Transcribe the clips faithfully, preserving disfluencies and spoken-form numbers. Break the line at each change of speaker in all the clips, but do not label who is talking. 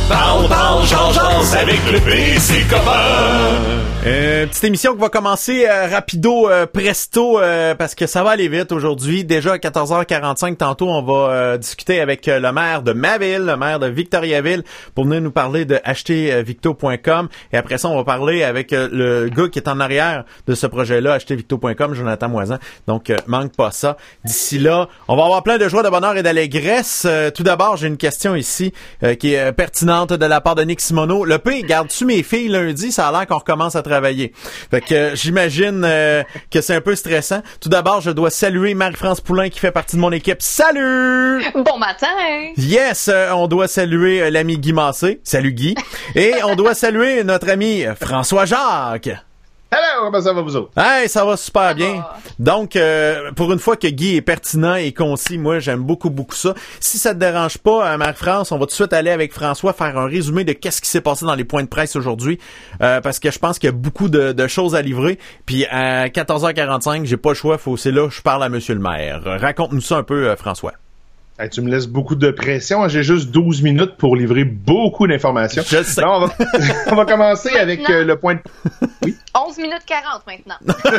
Parle, parle, change, change avec le P C Copain.
Euh, petite émission qui va commencer euh, rapido, euh, presto, euh, parce que ça va aller vite aujourd'hui. Déjà à quatorze heures quarante-cinq, tantôt, on va euh, discuter avec euh, le maire de ma ville, le maire de Victoriaville, pour venir nous parler de acheter victo point com. Et après ça, on va parler avec euh, le gars qui est en arrière de ce projet-là, acheter victo point com, Jonathan Moisan. Donc, euh, manque pas ça. D'ici là, on va avoir plein de joie, de bonheur et d'allégresse. Euh, tout d'abord, j'ai une question ici euh, qui est euh, pertinente de la part de Nick Simoneau. Le P, gardes-tu mes filles lundi? Ça a l'air qu'on recommence à travailler. Fait que euh, j'imagine euh, que c'est un peu stressant. Tout d'abord, je dois saluer Marie-France Poulain qui fait partie de mon équipe. Salut!
Bon matin!
Yes, euh, on doit saluer euh, l'ami Guy Massé. Salut Guy. Et on doit saluer notre ami euh, François Jacques.
Hello, comment ça va vous autres?
Hey, ça va super bien. Donc, euh, pour une fois que Guy est pertinent et concis, moi, j'aime beaucoup, beaucoup ça. Si ça te dérange pas, euh, Marie-France, on va tout de suite aller avec François faire un résumé de qu'est-ce qui s'est passé dans les points de presse aujourd'hui, euh, parce que je pense qu'il y a beaucoup de, de choses à livrer. Puis à quatorze heures quarante-cinq, j'ai pas le choix, faut c'est là je parle à Monsieur le maire. Raconte-nous ça un peu, euh, François.
Hey, tu me laisses beaucoup de pression. J'ai juste douze minutes pour livrer beaucoup d'informations.
Je sais.
Non, on, va, on va commencer avec euh, le point de...
Oui? onze minutes quarante maintenant.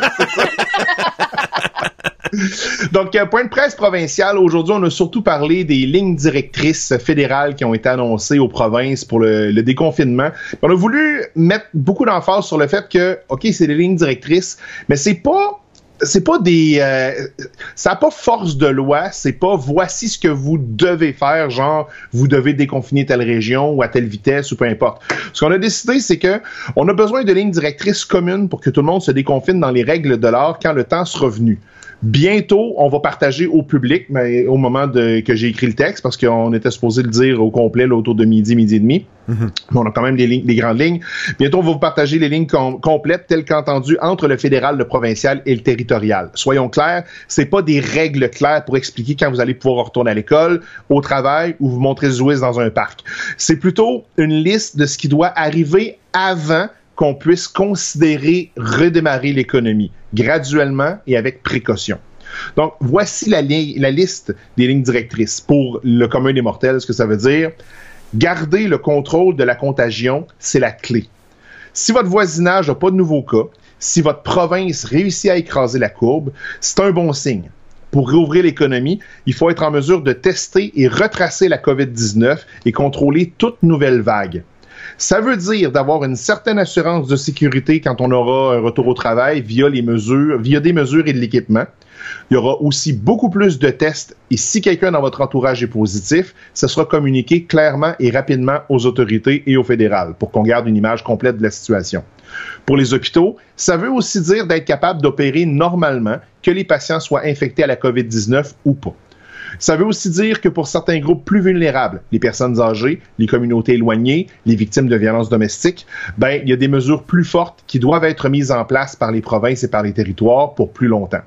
Donc, euh, point de presse provincial. Aujourd'hui, on a surtout parlé des lignes directrices fédérales qui ont été annoncées aux provinces pour le, le déconfinement. On a voulu mettre beaucoup d'emphase sur le fait que, OK, c'est des lignes directrices, mais c'est pas... C'est pas des... Euh, ça n'a pas force de loi, c'est pas voici ce que vous devez faire, genre vous devez déconfiner telle région ou à telle vitesse ou peu importe. Ce qu'on a décidé, c'est que on a besoin de lignes directrices communes pour que tout le monde se déconfine dans les règles de l'art quand le temps sera venu. Bientôt, on va partager au public, mais au moment de, que j'ai écrit le texte, parce qu'on était supposé le dire au complet là, autour de midi, midi et demi. Mm-hmm. Mais on a quand même des, lignes, des grandes lignes. Bientôt, on va vous partager les lignes com- complètes telles qu'entendues entre le fédéral, le provincial et le territorial. Soyons clairs, c'est pas des règles claires pour expliquer quand vous allez pouvoir retourner à l'école, au travail ou vous montrer jouer dans un parc. C'est plutôt une liste de ce qui doit arriver avant qu'on puisse considérer redémarrer l'économie, graduellement et avec précaution. Donc, voici la, li- la liste des lignes directrices pour le commun des mortels. Ce que ça veut dire, garder le contrôle de la contagion, c'est la clé. Si votre voisinage n'a pas de nouveaux cas, si votre province réussit à écraser la courbe, c'est un bon signe. Pour réouvrir l'économie, il faut être en mesure de tester et retracer la covid dix-neuf et contrôler toute nouvelle vague. Ça veut dire d'avoir une certaine assurance de sécurité quand on aura un retour au travail via les mesures, via des mesures et de l'équipement. Il y aura aussi beaucoup plus de tests et si quelqu'un dans votre entourage est positif, ce sera communiqué clairement et rapidement aux autorités et au fédéral pour qu'on garde une image complète de la situation. Pour les hôpitaux, ça veut aussi dire d'être capable d'opérer normalement, que les patients soient infectés à la covid dix-neuf ou pas. Ça veut aussi dire que pour certains groupes plus vulnérables, les personnes âgées, les communautés éloignées, les victimes de violences domestiques, ben, il y a des mesures plus fortes qui doivent être mises en place par les provinces et par les territoires pour plus longtemps.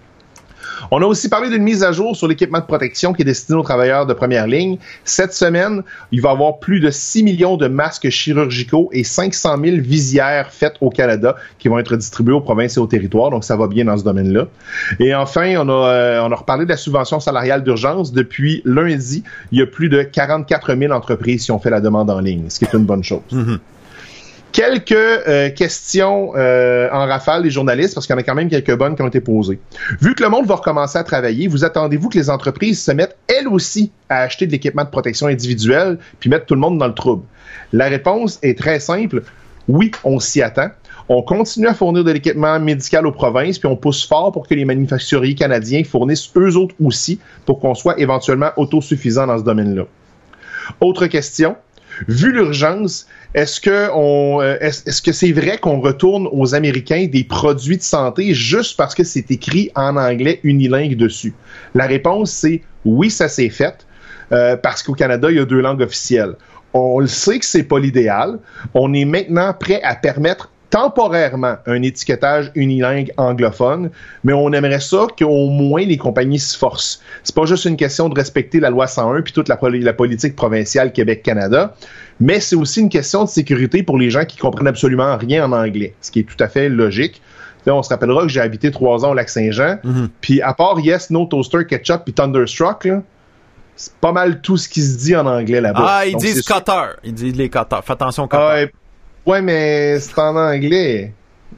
On a aussi parlé d'une mise à jour sur l'équipement de protection qui est destiné aux travailleurs de première ligne. Cette semaine, il va y avoir plus de six millions de masques chirurgicaux et cinq cent mille visières faites au Canada qui vont être distribuées aux provinces et aux territoires. Donc, ça va bien dans ce domaine-là. Et enfin, on a, euh, on a reparlé de la subvention salariale d'urgence. Depuis lundi, il y a plus de quarante-quatre mille entreprises qui ont fait la demande en ligne, ce qui est une bonne chose. Mm-hmm. Quelques euh, questions euh, en rafale des journalistes, parce qu'il y en a quand même quelques bonnes qui ont été posées. Vu que le monde va recommencer à travailler, vous attendez-vous que les entreprises se mettent, elles aussi, à acheter de l'équipement de protection individuelle, puis mettre tout le monde dans le trouble? La réponse est très simple. Oui, on s'y attend. On continue à fournir de l'équipement médical aux provinces, puis on pousse fort pour que les manufacturiers canadiens fournissent eux autres aussi, pour qu'on soit éventuellement autosuffisant dans ce domaine-là. Autre question. Vu l'urgence, est-ce que on, euh, est-ce, est-ce que c'est vrai qu'on retourne aux Américains des produits de santé juste parce que c'est écrit en anglais unilingue dessus? La réponse, c'est oui, ça s'est fait, euh, parce qu'au Canada, il y a deux langues officielles. On le sait que c'est pas l'idéal. On est maintenant prêt à permettre temporairement un étiquetage unilingue anglophone, mais on aimerait ça qu'au moins les compagnies se forcent. C'est pas juste une question de respecter la loi cent un puis toute la, la politique provinciale Québec-Canada, mais c'est aussi une question de sécurité pour les gens qui comprennent absolument rien en anglais, ce qui est tout à fait logique. Là, on se rappellera que j'ai habité trois ans au Lac-Saint-Jean, mm-hmm. puis à part Yes, No Toaster, Ketchup puis Thunderstruck, là, C'est pas mal tout ce qui se dit en anglais là-bas.
Ah, ils
Donc,
disent
c'est...
cutter. Ils disent les cutters. Fais attention aux cutters.
Ouais, ouais, mais c'est en anglais.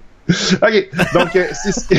OK, donc euh, c'est, ce qui...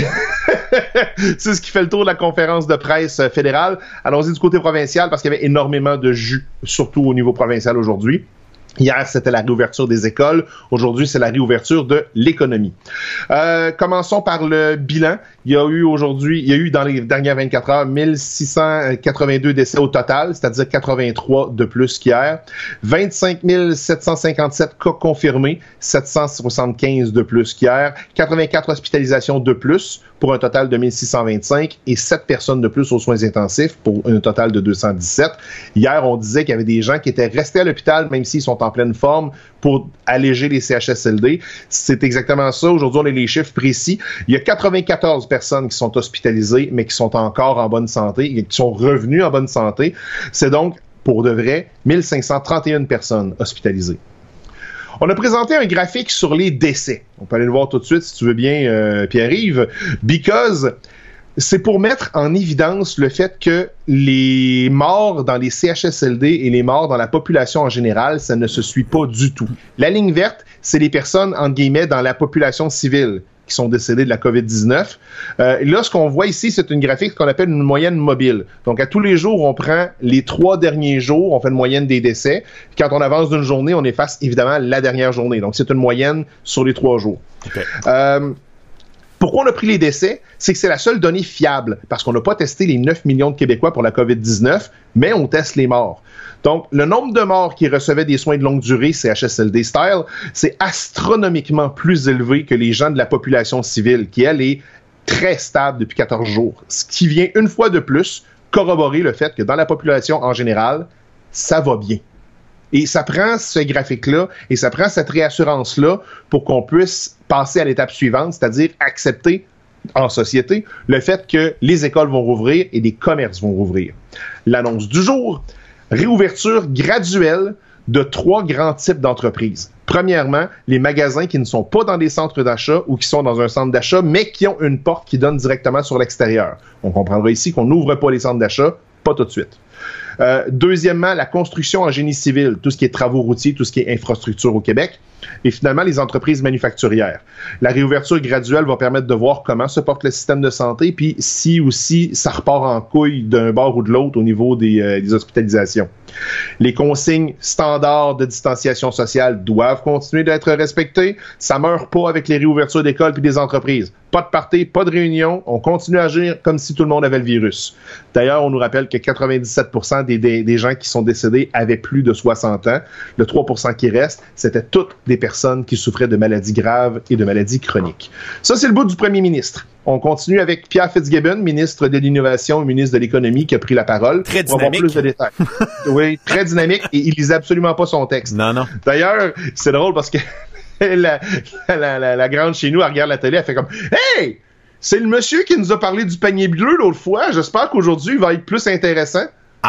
c'est ce qui fait le tour de la conférence de presse fédérale. Allons-y du côté provincial parce qu'il y avait énormément de jus, surtout au niveau provincial aujourd'hui. Hier, c'était la réouverture des écoles. Aujourd'hui, c'est la réouverture de l'économie. Euh, commençons par le bilan. Il y a eu aujourd'hui, il y a eu dans les dernières vingt-quatre heures mille six cent quatre-vingt-deux décès au total, c'est-à-dire quatre-vingt-trois de plus qu'hier. vingt-cinq mille sept cent cinquante-sept cas confirmés, sept cent soixante-quinze de plus qu'hier. quatre-vingt-quatre hospitalisations de plus pour un total de mille six cent vingt-cinq et sept personnes de plus aux soins intensifs pour un total de deux cent dix-sept. Hier, on disait qu'il y avait des gens qui étaient restés à l'hôpital même s'ils sont en pleine forme pour alléger les C H S L D. C'est exactement ça. Aujourd'hui, on a les chiffres précis. Il y a quatre-vingt-quatorze personnes qui sont hospitalisées, mais qui sont encore en bonne santé et qui sont revenues en bonne santé. C'est donc, pour de vrai, mille cinq cent trente et une personnes hospitalisées. On a présenté un graphique sur les décès. On peut aller le voir tout de suite, si tu veux bien, euh, Pierre-Yves. Because... c'est pour mettre en évidence le fait que les morts dans les C H S L D et les morts dans la population en général, ça ne se suit pas du tout. La ligne verte, c'est les personnes, entre guillemets, dans la population civile qui sont décédées de la covid dix-neuf. Euh, là, ce qu'on voit ici, c'est une graphique qu'on appelle une moyenne mobile. Donc, à tous les jours, on prend les trois derniers jours, on fait une moyenne des décès. Puis quand on avance d'une journée, on efface évidemment la dernière journée. Donc, c'est une moyenne sur les trois jours. Okay. Euh, Pourquoi on a pris les décès? C'est que c'est la seule donnée fiable, parce qu'on n'a pas testé les neuf millions de Québécois pour la covid dix-neuf, mais on teste les morts. Donc, le nombre de morts qui recevaient des soins de longue durée, C H S L D style, c'est astronomiquement plus élevé que les gens de la population civile, qui, elle, est très stable depuis quatorze jours. Ce qui vient, une fois de plus, corroborer le fait que dans la population en général, ça va bien. Et ça prend ce graphique-là et ça prend cette réassurance-là pour qu'on puisse passer à l'étape suivante, c'est-à-dire accepter en société le fait que les écoles vont rouvrir et les commerces vont rouvrir. L'annonce du jour, réouverture graduelle de trois grands types d'entreprises. Premièrement, les magasins qui ne sont pas dans des centres d'achat ou qui sont dans un centre d'achat, mais qui ont une porte qui donne directement sur l'extérieur. On comprendra ici qu'on n'ouvre pas les centres d'achat, pas tout de suite. Euh, deuxièmement, la construction en génie civil, tout ce qui est travaux routiers, tout ce qui est infrastructure au Québec. Et finalement, les entreprises manufacturières. La réouverture graduelle va permettre de voir comment se porte le système de santé, puis si aussi ça repart en couille d'un bord ou de l'autre au niveau des, euh, des hospitalisations. Les consignes standards de distanciation sociale doivent continuer d'être respectées. Ça meurt pas avec les réouvertures d'écoles puis des entreprises. Pas de party, pas de réunion. On continue à agir comme si tout le monde avait le virus. D'ailleurs, on nous rappelle que quatre-vingt-dix-sept pour cent des, des, des gens qui sont décédés avaient plus de soixante ans. Le trois pour cent qui reste, c'était toutes des personnes qui souffraient de maladies graves et de maladies chroniques. Ça, c'est le bout du premier ministre. On continue avec Pierre Fitzgibbon, ministre de l'Innovation et ministre de l'Économie, qui a pris la parole.
Très
dynamique. On va voir plus de détails. Oui, très dynamique, et il lisait absolument pas son texte.
Non, non.
D'ailleurs, c'est drôle parce que la, la, la, la grande chez nous, elle regarde la télé, elle fait comme « Hey! C'est le monsieur qui nous a parlé du panier bleu l'autre fois. J'espère qu'aujourd'hui, il va être plus intéressant. »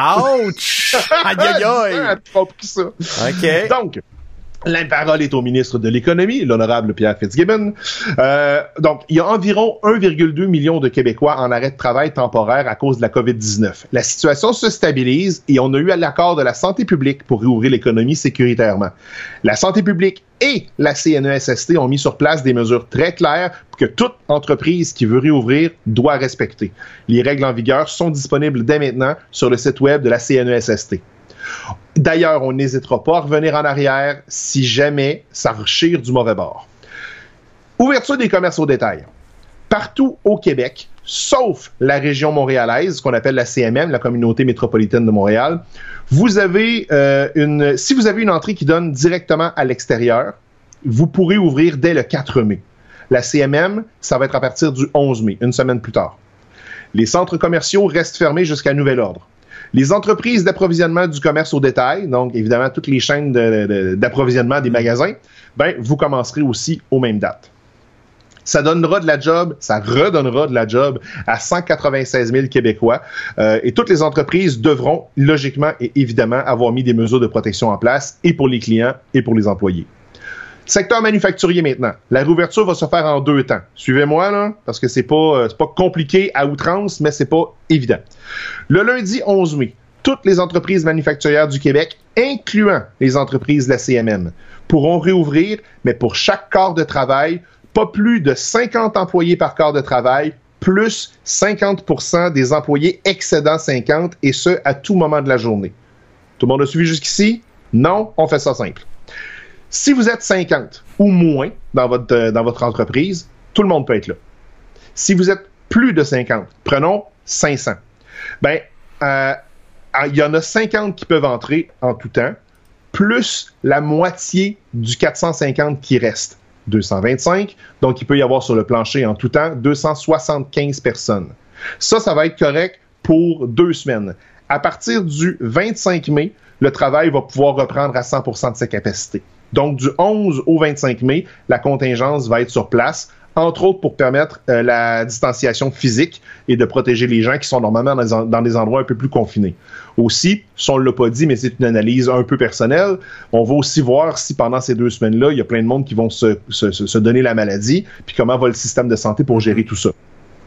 Ouch! Aïe, aïe, aïe!
ça.
OK.
Donc, la parole est au ministre de l'Économie, l'honorable Pierre Fitzgibbon. Euh, donc, il y a environ un virgule deux million de Québécois en arrêt de travail temporaire à cause de la covid dix-neuf. La situation se stabilise et on a eu l'accord de la santé publique pour réouvrir l'économie sécuritairement. La santé publique et la C N E S S T ont mis sur place des mesures très claires que toute entreprise qui veut réouvrir doit respecter. Les règles en vigueur sont disponibles dès maintenant sur le site web de la C N E S S T. D'ailleurs, on n'hésitera pas à revenir en arrière si jamais ça rechire du mauvais bord. Ouverture des commerces au détail. Partout au Québec, sauf la région montréalaise, qu'on appelle la C M M, la Communauté métropolitaine de Montréal, vous avez euh, une, si vous avez une entrée qui donne directement à l'extérieur, vous pourrez ouvrir dès le quatre mai. La C M M, ça va être à partir du onze mai, une semaine plus tard. Les centres commerciaux restent fermés jusqu'à nouvel ordre. Les entreprises d'approvisionnement du commerce au détail, donc évidemment toutes les chaînes de, de, d'approvisionnement des magasins, ben vous commencerez aussi aux mêmes dates. Ça donnera de la job, ça redonnera de la job à cent quatre-vingt-seize mille Québécois euh, et toutes les entreprises devront logiquement et évidemment avoir mis des mesures de protection en place et pour les clients et pour les employés. Secteur manufacturier maintenant. La réouverture va se faire en deux temps. Suivez-moi, là, parce que c'est pas, c'est pas compliqué à outrance, mais c'est pas évident. Le lundi onze mai, toutes les entreprises manufacturières du Québec, incluant les entreprises de la C M M, pourront réouvrir, mais pour chaque quart de travail, pas plus de cinquante employés par quart de travail, plus cinquante pour cent des employés excédant cinquante, et ce, à tout moment de la journée. Tout le monde a suivi jusqu'ici? Non, on fait ça simple. Si vous êtes cinquante ou moins dans votre, euh, dans votre entreprise, tout le monde peut être là. Si vous êtes plus de cinquante, prenons cinq cents, ben, euh, il y en a cinquante qui peuvent entrer en tout temps, plus la moitié du quatre cent cinquante qui reste, deux cent vingt-cinq, donc il peut y avoir sur le plancher en tout temps deux cent soixante-quinze personnes. Ça, ça va être correct pour deux semaines. À partir du vingt-cinq mai, le travail va pouvoir reprendre à cent pour cent de sa capacité. Donc, du onze au vingt-cinq mai, la contingence va être sur place, entre autres pour permettre euh, la distanciation physique et de protéger les gens qui sont normalement dans des, en- dans des endroits un peu plus confinés. Aussi, si on ne l'a pas dit, mais c'est une analyse un peu personnelle, on va aussi voir si pendant ces deux semaines-là, il y a plein de monde qui vont se, se, se donner la maladie, puis comment va le système de santé pour gérer tout ça.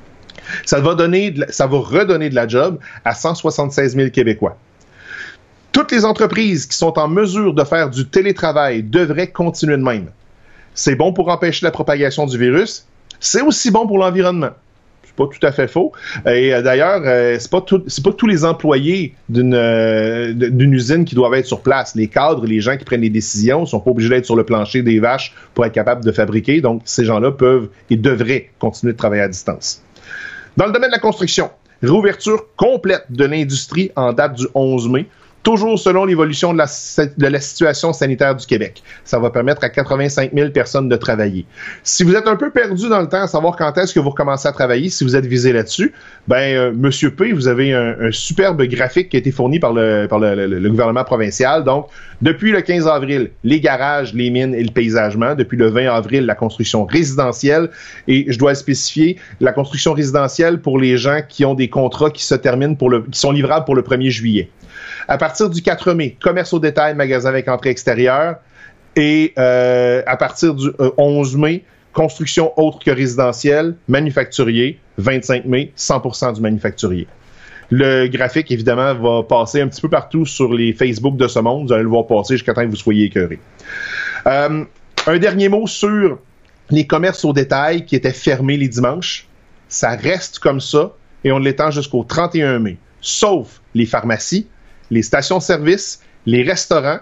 Ça va, donner de la, ça va redonner de la job à cent soixante-seize mille Québécois. Toutes les entreprises qui sont en mesure de faire du télétravail devraient continuer de même. C'est bon pour empêcher la propagation du virus. C'est aussi bon pour l'environnement. C'est pas tout à fait faux. Et euh, d'ailleurs, euh, c'est pas tout, c'est pas tous les employés d'une, euh, d'une usine qui doivent être sur place. Les cadres, les gens qui prennent les décisions, sont pas obligés d'être sur le plancher des vaches pour être capables de fabriquer. Donc, ces gens-là peuvent et devraient continuer de travailler à distance. Dans le domaine de la construction, réouverture complète de l'industrie en date du onze mai. Toujours selon l'évolution de la, de la situation sanitaire du Québec. Ça va permettre à quatre-vingt-cinq mille personnes de travailler. Si vous êtes un peu perdu dans le temps à savoir quand est-ce que vous recommencez à travailler, si vous êtes visé là-dessus, ben, euh, Monsieur P, vous avez un, un superbe graphique qui a été fourni par le, par le, le, le gouvernement provincial. Donc, depuis le quinze avril, les garages, les mines et le paysagement. Depuis le vingt avril, la construction résidentielle. Et je dois spécifier la construction résidentielle pour les gens qui ont des contrats qui se terminent pour le, qui sont livrables pour le premier juillet. À partir du quatre mai, commerce au détail, magasin avec entrée extérieure. Et euh, à partir du euh, onze mai, construction autre que résidentielle, manufacturier. vingt-cinq mai, cent pour cent du manufacturier. Le graphique, évidemment, va passer un petit peu partout sur les Facebook de ce monde. Vous allez le voir passer jusqu'à temps que vous soyez écœurés. Euh, un dernier mot sur les commerces au détail qui étaient fermés les dimanches. Ça reste comme ça et on l'étend jusqu'au trente et un mai. Sauf les pharmacies, les stations-service, les restaurants,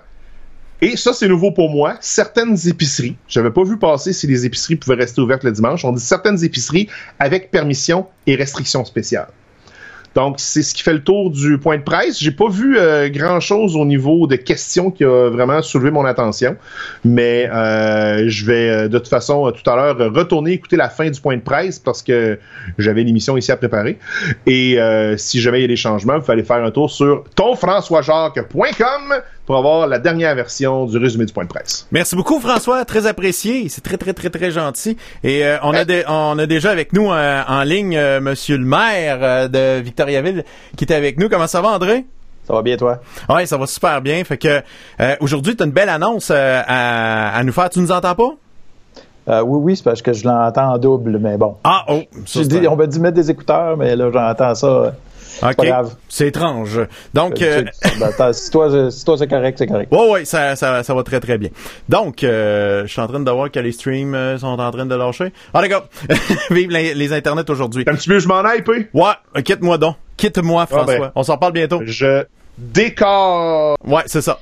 et ça, c'est nouveau pour moi, certaines épiceries. J'avais pas vu passer si les épiceries pouvaient rester ouvertes le dimanche. On dit certaines épiceries avec permission et restrictions spéciales. Donc, c'est ce qui fait le tour du point de presse. J'ai pas vu euh, grand-chose au niveau de questions qui a vraiment soulevé mon attention, mais euh, je vais euh, de toute façon euh, tout à l'heure retourner écouter la fin du point de presse parce que j'avais l'émission ici à préparer. Et euh, si jamais il y a des changements, il fallait faire un tour sur ton françois jacques point com pour avoir la dernière version du résumé du point de presse.
Merci beaucoup, François. Très apprécié. C'est très, très, très, très gentil. Et euh, on, a de, on a déjà avec nous euh, en ligne euh, Monsieur le maire euh, de Victoriaville qui était avec nous. Comment ça va, André?
Ça va bien, toi?
Oui, ça va super bien. Fait que euh, aujourd'hui, tu as une belle annonce euh, à, à nous faire. Tu nous entends pas?
Euh, oui, oui, c'est parce que je l'entends en double, mais bon.
Ah, oh! Ça,
dit, on m'a dit mettre des écouteurs, mais là, j'entends ça. C'est pas grave.
C'est étrange. Donc, euh,
ben, attends, si toi, si toi c'est correct, c'est correct.
Oui, oui, ça, ça, ça va très, très bien. Donc, euh, je suis en train de voir que les streams euh, sont en train de lâcher. Ah, d'accord. Vive les, les internets aujourd'hui.
Un petit peu, je m'en aille, P.
Ouais, quitte-moi donc. Quitte-moi, François. Ah ben, on s'en parle bientôt.
Je décore.
Ouais, c'est ça.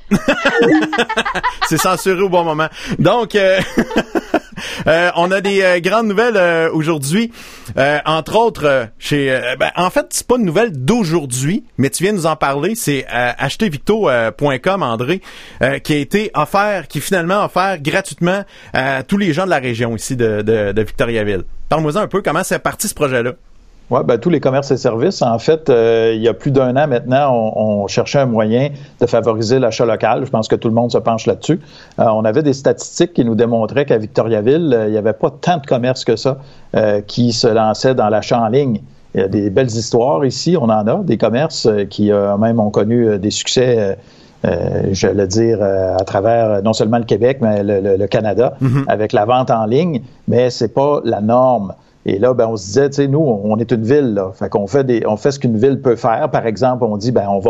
C'est censuré au bon moment. Donc, euh, euh, on a des euh, grandes nouvelles euh, aujourd'hui. Euh, entre autres, euh, chez... Euh, ben, en fait, c'est pas une nouvelle d'aujourd'hui, mais tu viens nous en parler. C'est euh, acheter victo point com, André, euh, qui a été offert, qui est finalement offert gratuitement à tous les gens de la région ici de, de, de Victoriaville. Parle-moi un peu comment c'est parti ce projet-là.
Oui, ben, tous les commerces et services. En fait, euh, il y a plus d'un an maintenant, on, on cherchait un moyen de favoriser l'achat local. Je pense que tout le monde se penche là-dessus. Euh, on avait des statistiques qui nous démontraient qu'à Victoriaville, euh, il n'y avait pas tant de commerces que ça euh, qui se lançaient dans l'achat en ligne. Il y a des belles histoires ici, on en a, des commerces euh, qui euh, même ont connu euh, des succès, euh, euh, je vais dire, euh, à travers euh, non seulement le Québec, mais le, le, le Canada, mm-hmm. avec la vente en ligne, mais c'est pas la norme. Et là, ben, on se disait, tu sais, nous, on est une ville, là. Fait qu'on fait des, on fait ce qu'une ville peut faire. Par exemple, on dit, ben, on va,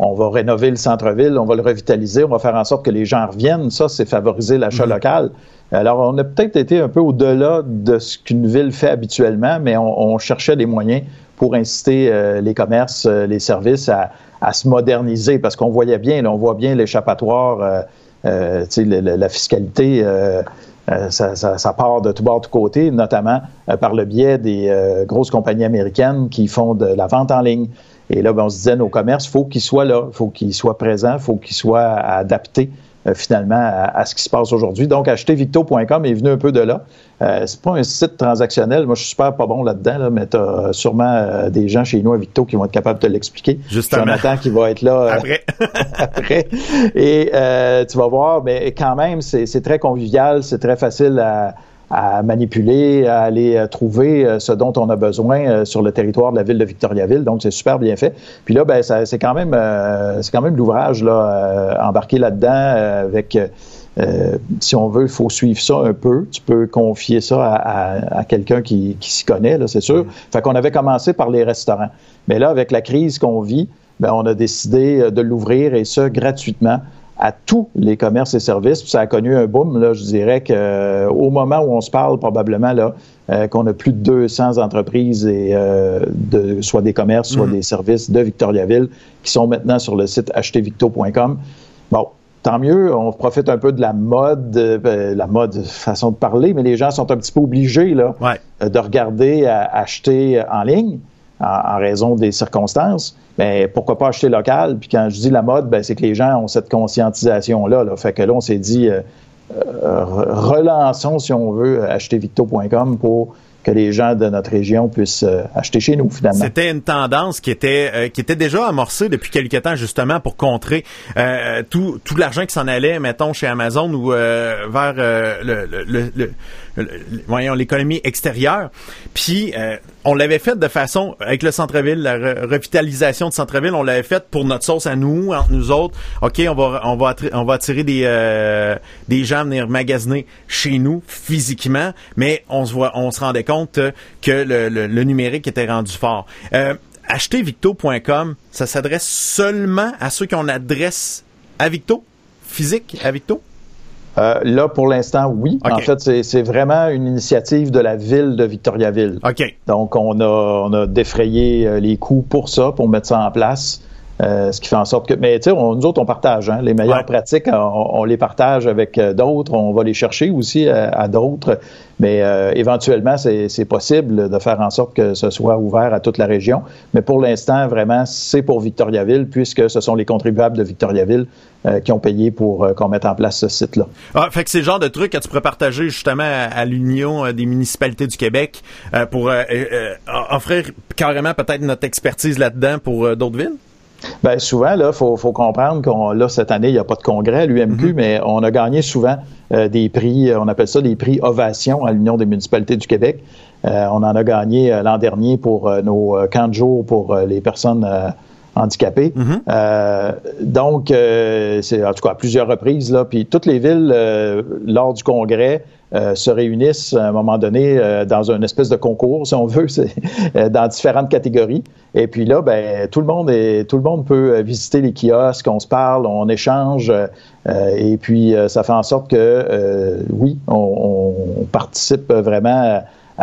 on va rénover le centre-ville, on va le revitaliser, on va faire en sorte que les gens reviennent. Ça, c'est favoriser l'achat mmh. local. Alors, on a peut-être été un peu au-delà de ce qu'une ville fait habituellement, mais on, on cherchait des moyens pour inciter euh, les commerces, euh, les services à, à se moderniser, parce qu'on voyait bien, là, on voit bien l'échappatoire, euh, euh, tu sais, la, la fiscalité, euh, euh, ça, ça, ça part de tout bord, de tout côté, notamment euh, par le biais des euh, grosses compagnies américaines qui font de la vente en ligne. Et là, ben, on se disait, nos commerces, il faut qu'ils soient là, il faut qu'ils soient présents, il faut qu'ils soient adaptés euh, finalement à, à ce qui se passe aujourd'hui. Donc, acheter victo point com est venu un peu de là. Euh, c'est pas un site transactionnel. Moi, je suis super pas bon là-dedans, là, mais tu as sûrement euh, des gens chez nous à Victo qui vont être capables de te l'expliquer.
Justement.
Jonathan qui va être là euh,
après.
après. Et euh, tu vas voir, mais quand même, c'est, c'est très convivial, c'est très facile à, à manipuler, à aller euh, trouver euh, ce dont on a besoin euh, sur le territoire de la ville de Victoriaville. Donc, c'est super bien fait. Puis là, ben, ça, c'est quand même, euh, c'est quand même l'ouvrage là, euh, embarqué là-dedans euh, avec. Euh, Euh, si on veut, il faut suivre ça un peu. Tu peux confier ça à, à, à quelqu'un qui, qui s'y connaît, là, c'est sûr. Fait qu'on avait commencé par les restaurants. Mais là, avec la crise qu'on vit, ben, on a décidé de l'ouvrir, et ça gratuitement, à tous les commerces et services. Puis ça a connu un boom, là, je dirais qu'au euh, moment où on se parle, probablement, là, euh, qu'on a plus de deux cents entreprises, et euh, de, soit des commerces, soit mmh. des services de Victoriaville, qui sont maintenant sur le site acheter victo point com. Bon. Tant mieux, on profite un peu de la mode, euh, la mode, façon de parler, mais les gens sont un petit peu obligés là,
ouais.
euh, de regarder à acheter en ligne en, en raison des circonstances. Mais pourquoi pas acheter local? Puis quand je dis la mode, ben, c'est que les gens ont cette conscientisation-là. Là. Fait que là, on s'est dit, euh, euh, relançons, si on veut, acheter victo point com pour que les gens de notre région puissent euh, acheter chez nous, finalement.
C'était une tendance qui était euh, qui était déjà amorcée depuis quelque temps, justement, pour contrer euh, tout tout l'argent qui s'en allait, mettons, chez Amazon ou euh, vers euh, le, le, le, le, le, voyons, l'économie extérieure. Puis, euh, on l'avait fait de façon, avec le centre-ville, la re- revitalisation de centre-ville, on l'avait fait pour notre sauce à nous, entre nous autres. OK, on va on va attirer, on va attirer des euh, des gens à venir magasiner chez nous, physiquement, mais on se voit, on se rendait compte que le, le, le numérique était rendu fort. Euh, acheter victo point com, ça s'adresse seulement à ceux qui ont une adresse à Victo, physique à Victo?
Euh, là, pour l'instant, oui. Okay. En fait, c'est, c'est vraiment une initiative de la ville de Victoriaville.
OK.
Donc, on a, on a défrayé euh, les coûts pour ça, pour mettre ça en place. Euh, ce qui fait en sorte que... Mais tu sais, nous autres, on partage. Hein, les meilleures ouais. pratiques, on, on les partage avec euh, d'autres. On va les chercher aussi à, à d'autres. Mais euh, éventuellement, c'est, c'est possible de faire en sorte que ce soit ouvert à toute la région. Mais pour l'instant, vraiment, c'est pour Victoriaville, puisque ce sont les contribuables de Victoriaville euh, qui ont payé pour euh, qu'on mette en place ce site-là.
Ah, fait que c'est le genre de truc que tu pourrais partager justement à, à l'Union des municipalités du Québec euh, pour euh, euh, offrir carrément peut-être notre expertise là-dedans pour euh, d'autres villes?
Bien, souvent, là, faut, faut comprendre qu'on, là, cette année, il n'y a pas de congrès à l'U M Q, mm-hmm. mais on a gagné souvent euh, des prix, on appelle ça des prix Ovation à l'Union des municipalités du Québec. Euh, on en a gagné euh, l'an dernier pour euh, nos euh, camps de jour pour euh, les personnes euh, handicapées. Mm-hmm. Euh, donc, euh, c'est en tout cas à plusieurs reprises, là, puis toutes les villes, euh, lors du congrès, Euh, se réunissent à un moment donné euh, dans une espèce de concours, si on veut, c'est, euh, dans différentes catégories. Et puis là, ben tout le monde est, tout le monde peut visiter les kiosques, on se parle, on échange, euh, et puis euh, ça fait en sorte que euh, oui, on, on participe vraiment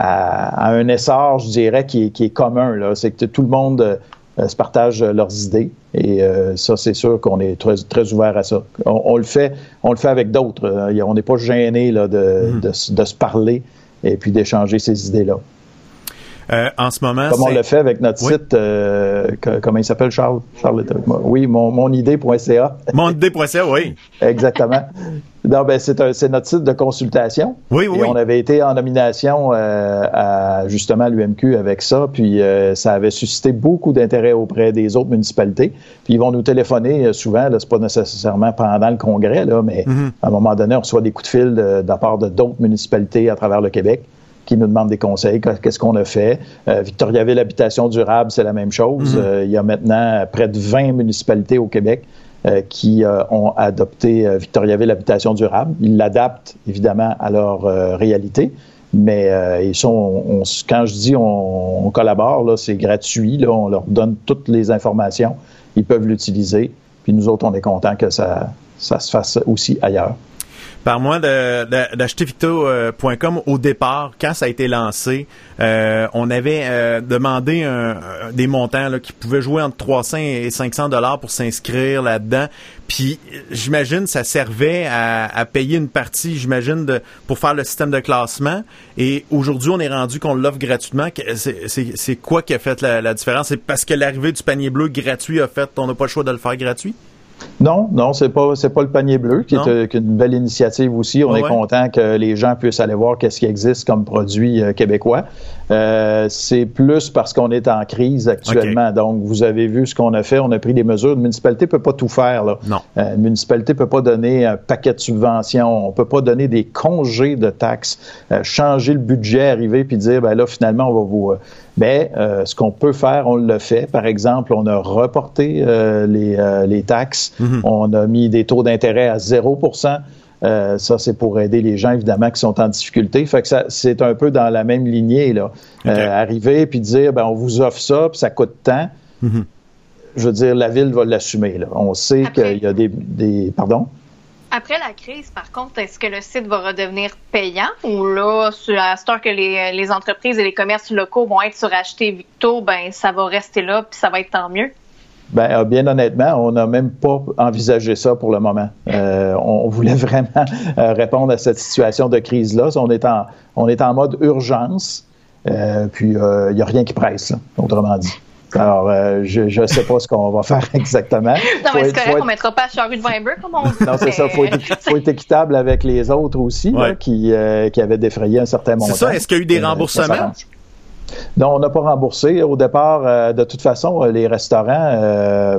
à, à un essor, je dirais, qui est, qui est commun. Là, c'est que tout le monde euh, se partage leurs idées. Et euh, ça, c'est sûr qu'on est très, très ouvert à ça. On, on le fait, on le fait avec d'autres. Euh, on n'est pas gêné là, de, mmh. de, de se parler et puis d'échanger ces idées-là.
Euh, en ce moment,
Comme
c'est...
on le fait avec notre oui. site, euh, que, comment il s'appelle, Charles? Charles oui, mon, monidée point c a.
monidée point c a, oui.
Exactement. Non, ben, c'est, un, c'est notre site de consultation.
Oui, oui.
Et on avait été en nomination euh, à, justement à l'U M Q avec ça, puis euh, ça avait suscité beaucoup d'intérêt auprès des autres municipalités. Puis ils vont nous téléphoner souvent, là, c'est pas nécessairement pendant le congrès, là, mais mm-hmm. à un moment donné, on reçoit des coups de fil de, de la part de d'autres municipalités à travers le Québec qui nous demandent des conseils, qu'est-ce qu'on a fait. Euh, Victoriaville Habitation Durable, c'est la même chose. Mm-hmm. Euh, il y a maintenant près de vingt municipalités au Québec euh, qui euh, ont adopté euh, Victoriaville Habitation Durable. Ils l'adaptent, évidemment, à leur euh, réalité, mais euh, ils sont, on, quand je dis on, on collabore, là, c'est gratuit, là, on leur donne toutes les informations ils peuvent l'utiliser. Puis nous autres, on est contents que ça, ça se fasse aussi ailleurs.
Parle-moi de, de, d'acheter victo point com. Au départ, quand ça a été lancé, euh, on avait euh, demandé un, un, des montants là, qui pouvaient jouer entre trois cents et cinq cents dollars pour s'inscrire là-dedans. Puis, j'imagine, ça servait à, à payer une partie, j'imagine, de, pour faire le système de classement. Et aujourd'hui, on est rendu qu'on l'offre gratuitement. C'est, c'est, c'est quoi qui a fait la, la différence? C'est parce que l'arrivée du panier bleu gratuit a fait qu'on n'a pas le choix de le faire gratuit?
Non, non, c'est pas c'est pas le panier bleu qui est, qui est une belle initiative aussi. On oh, est ouais. content que les gens puissent aller voir qu'est-ce qui existe comme produit euh, québécois. Euh, c'est plus parce qu'on est en crise actuellement. Okay. Donc, vous avez vu ce qu'on a fait. On a pris des mesures. Une municipalité peut pas tout faire, là.
Non.
Euh, une municipalité peut pas donner un paquet de subventions. On peut pas donner des congés de taxes, euh, changer le budget, arriver puis dire, ben là, finalement, on va vous... Euh, Mais euh, ce qu'on peut faire, on le fait. Par exemple, on a reporté euh, les, euh, les taxes. Mm-hmm. On a mis des taux d'intérêt à zéro pour cent. Euh, ça, c'est pour aider les gens, évidemment, qui sont en difficulté. Fait que ça, c'est un peu dans la même lignée, là. Okay. Euh, arriver puis dire, ben on vous offre ça, puis ça coûte tant. Mm-hmm. Je veux dire, la ville va l'assumer, là. On sait Après. qu'il y a des, des... Pardon?
Après la crise, par contre, est-ce que le site va redevenir payant ou là, à ce temps que les, les entreprises et les commerces locaux vont être sur Acheter Victo, ben ça va rester là puis ça va être tant mieux?
Ben, bien honnêtement, on n'a même pas envisagé ça pour le moment. Euh, on voulait vraiment euh, répondre à cette situation de crise-là. On est en, on est en mode urgence, euh, puis il euh, n'y a rien qui presse, là, autrement dit. Alors, euh, je ne sais pas ce qu'on va faire exactement.
Non, mais c'est correct, être... on ne mettra pas à charrue de vin beurre, comme on dit.
Non, c'est ça. Il faut, faut être équitable avec les autres aussi, ouais. là, qui, euh, qui avaient défrayé un certain montant.
C'est ça. Est-ce qu'il y a eu des remboursements? Euh,
non, on n'a pas remboursé. Au départ, euh, de toute façon, les restaurants euh,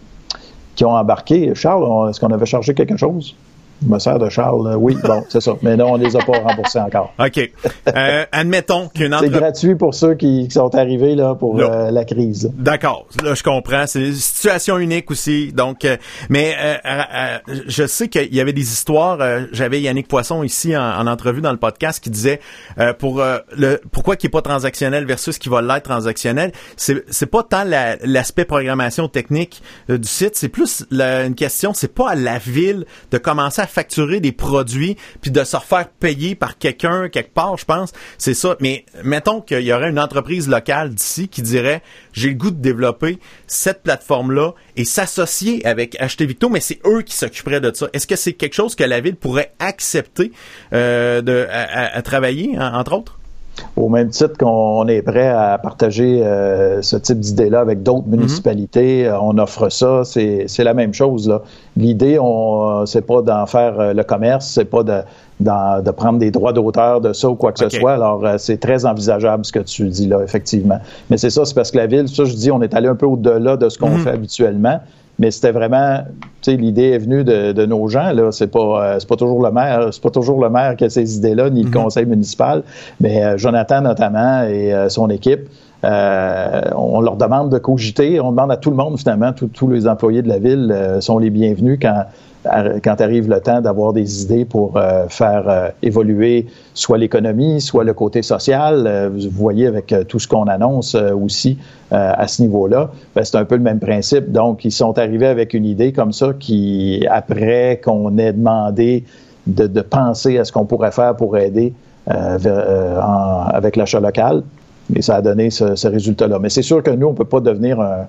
qui ont embarqué, Charles, on, est-ce qu'on avait chargé quelque chose? Je me sers de Charles. Oui, bon, c'est ça. Mais non, on ne les a pas remboursés encore.
OK. Euh, admettons qu'une entreprise...
C'est gratuit pour ceux qui, qui sont arrivés là pour euh, la crise. Là.
D'accord. Là, je comprends. C'est une situation unique aussi. Donc, euh, mais euh, euh, je sais qu'il y avait des histoires. Euh, j'avais Yannick Poisson ici en, en entrevue dans le podcast qui disait euh, pour euh, le pourquoi qui est pas transactionnel versus qui va l'être transactionnel. C'est c'est pas tant la, l'aspect programmation technique euh, du site. C'est plus la, une question. C'est pas à la ville de commencer à facturer des produits puis de se refaire payer par quelqu'un quelque part, je pense. C'est ça. Mais mettons qu'il y aurait une entreprise locale d'ici qui dirait j'ai le goût de développer cette plateforme-là et s'associer avec Acheter Victo, mais c'est eux qui s'occuperaient de ça. Est-ce que c'est quelque chose que la ville pourrait accepter euh, de, à, à, à travailler, hein, entre autres?
Au même titre qu'on est prêt à partager euh, ce type d'idée-là avec d'autres municipalités, mm-hmm. on offre ça, c'est, c'est la même chose, là. L'idée, on, c'est pas d'en faire le commerce, c'est pas de, d'en, de prendre des droits d'auteur de ça ou quoi que okay. ce soit. Alors, c'est très envisageable ce que tu dis là, effectivement. Mais c'est ça, c'est parce que la ville, ça je dis, on est allé un peu au-delà de ce qu'on mm-hmm. fait habituellement. Mais c'était vraiment, tu sais, l'idée est venue de, de nos gens, là. C'est pas, euh, c'est pas toujours le maire, c'est pas toujours le maire qui a ces idées-là, ni mm-hmm. le conseil municipal. Mais euh, Jonathan, notamment, et euh, son équipe, euh, on leur demande de cogiter. On demande à tout le monde, finalement, tous les employés de la ville euh, sont les bienvenus quand, quand arrive le temps d'avoir des idées pour euh, faire euh, évoluer soit l'économie, soit le côté social. Euh, vous voyez avec euh, tout ce qu'on annonce euh, aussi euh, à ce niveau-là, ben, c'est un peu le même principe. Donc, ils sont arrivés avec une idée comme ça qui, après qu'on ait demandé de, de penser à ce qu'on pourrait faire pour aider euh, euh, en, avec l'achat local, et ça a donné ce, ce résultat-là. Mais c'est sûr que nous, on peut pas devenir un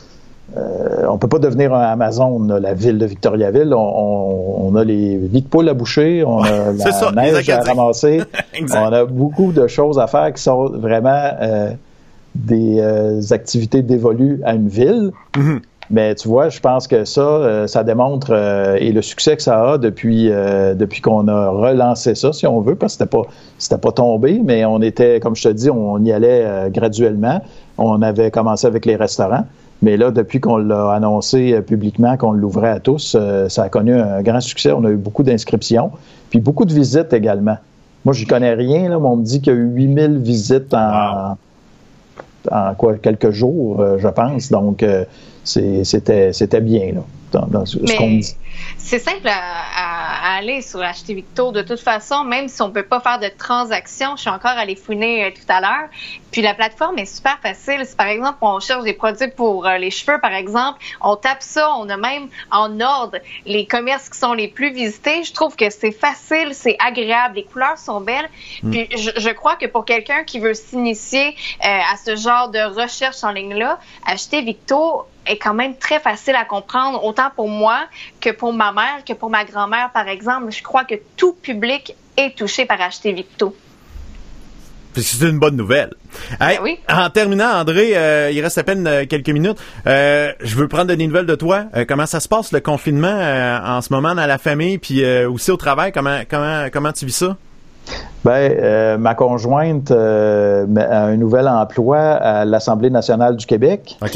Euh, on peut pas devenir un Amazon, la ville de Victoriaville. On, on, on a les nids de poules à boucher, on a la
ça,
neige à ramasser. On a beaucoup de choses à faire qui sont vraiment euh, des euh, activités dévolues à une ville. Mm-hmm. Mais tu vois, je pense que ça, euh, ça démontre euh, et le succès que ça a depuis euh, depuis qu'on a relancé ça, si on veut, parce que c'était pas c'était pas tombé, mais on était, comme je te dis, on y allait euh, graduellement. On avait commencé avec les restaurants. Mais là, depuis qu'on l'a annoncé euh, publiquement, qu'on l'ouvrait à tous, euh, ça a connu un grand succès. On a eu beaucoup d'inscriptions, puis beaucoup de visites également. Moi, j'y connais rien, là, mais on me dit qu'il y a eu huit mille visites en, wow. en quoi, quelques jours, euh, je pense. Donc, euh, c'est, c'était, c'était bien, là, dans, dans ce, ce qu'on me dit.
C'est simple à, à, à aller sur Acheter Victo. De toute façon, même si on peut pas faire de transaction, je suis encore allée fouiner euh, tout à l'heure. Puis la plateforme est super facile. Si par exemple on cherche des produits pour euh, les cheveux, par exemple, on tape ça, on a même en ordre les commerces qui sont les plus visités. Je trouve que c'est facile, c'est agréable, les couleurs sont belles. Mm. Puis je, je crois que pour quelqu'un qui veut s'initier euh, à ce genre de recherche en ligne-là, Acheter Victo est quand même très facile à comprendre, autant pour moi que pour ma mère, que pour ma grand-mère, par exemple. Je crois que tout public est touché par Acheter Victo.
C'est une bonne nouvelle. Hey,
ben oui.
En terminant, André, euh, il reste à peine euh, quelques minutes. Euh, je veux prendre des nouvelles de toi. Euh, comment ça se passe, le confinement, euh, en ce moment, dans la famille, puis euh, aussi au travail? Comment, comment, comment tu vis ça?
Ben, euh, ma conjointe euh, a un nouvel emploi à l'Assemblée nationale du Québec.
OK.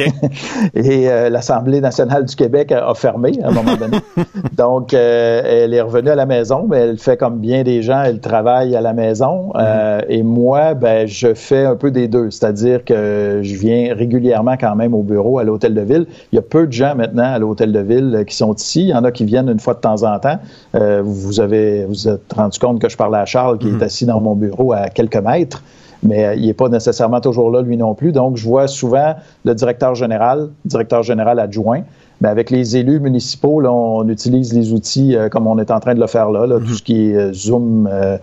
Et euh, l'Assemblée nationale du Québec a, a fermé à un moment donné. Donc, euh, elle est revenue à la maison, mais elle fait comme bien des gens, elle travaille à la maison. Mm-hmm. Euh, et moi, ben, je fais un peu des deux. C'est-à-dire que je viens régulièrement quand même au bureau à l'Hôtel de Ville. Il y a peu de gens maintenant à l'Hôtel de Ville qui sont ici. Il y en a qui viennent une fois de temps en temps. Euh, vous avez vous êtes rendu compte que je parlais à Charles qui mm-hmm. est assis dans mon bureau à quelques mètres, mais euh, il n'est pas nécessairement toujours là, lui non plus. Donc, je vois souvent le directeur général, directeur général adjoint. Mais avec les élus municipaux, là, on utilise les outils euh, comme on est en train de le faire là, là mm-hmm. tout ce qui est euh, Zoom, euh,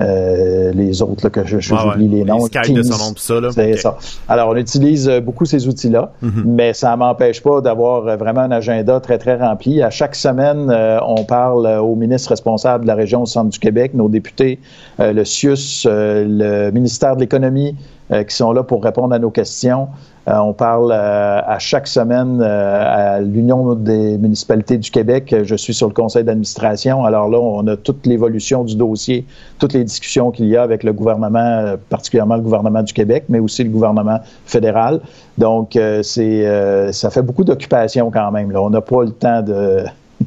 euh, les autres, là, que je, je, ah j'oublie ouais. les noms.
Les Skype de son nom, pis ça, là.
C'est okay. ça. Alors, on utilise beaucoup ces outils-là, mm-hmm. mais ça ne m'empêche pas d'avoir vraiment un agenda très, très rempli. À chaque semaine, euh, on parle aux ministres responsables de la région au centre du Québec, nos députés, euh, le C I U S, euh, le ministère de l'Économie, euh, qui sont là pour répondre à nos questions. Euh, on parle euh, à chaque semaine euh, à l'Union des municipalités du Québec. Je suis sur le conseil d'administration. Alors là, on a toute l'évolution du dossier, toutes les discussions qu'il y a avec le gouvernement, particulièrement le gouvernement du Québec, mais aussi le gouvernement fédéral. Donc, euh, c'est euh, ça fait beaucoup d'occupation quand même. Là. On n'a pas le temps de...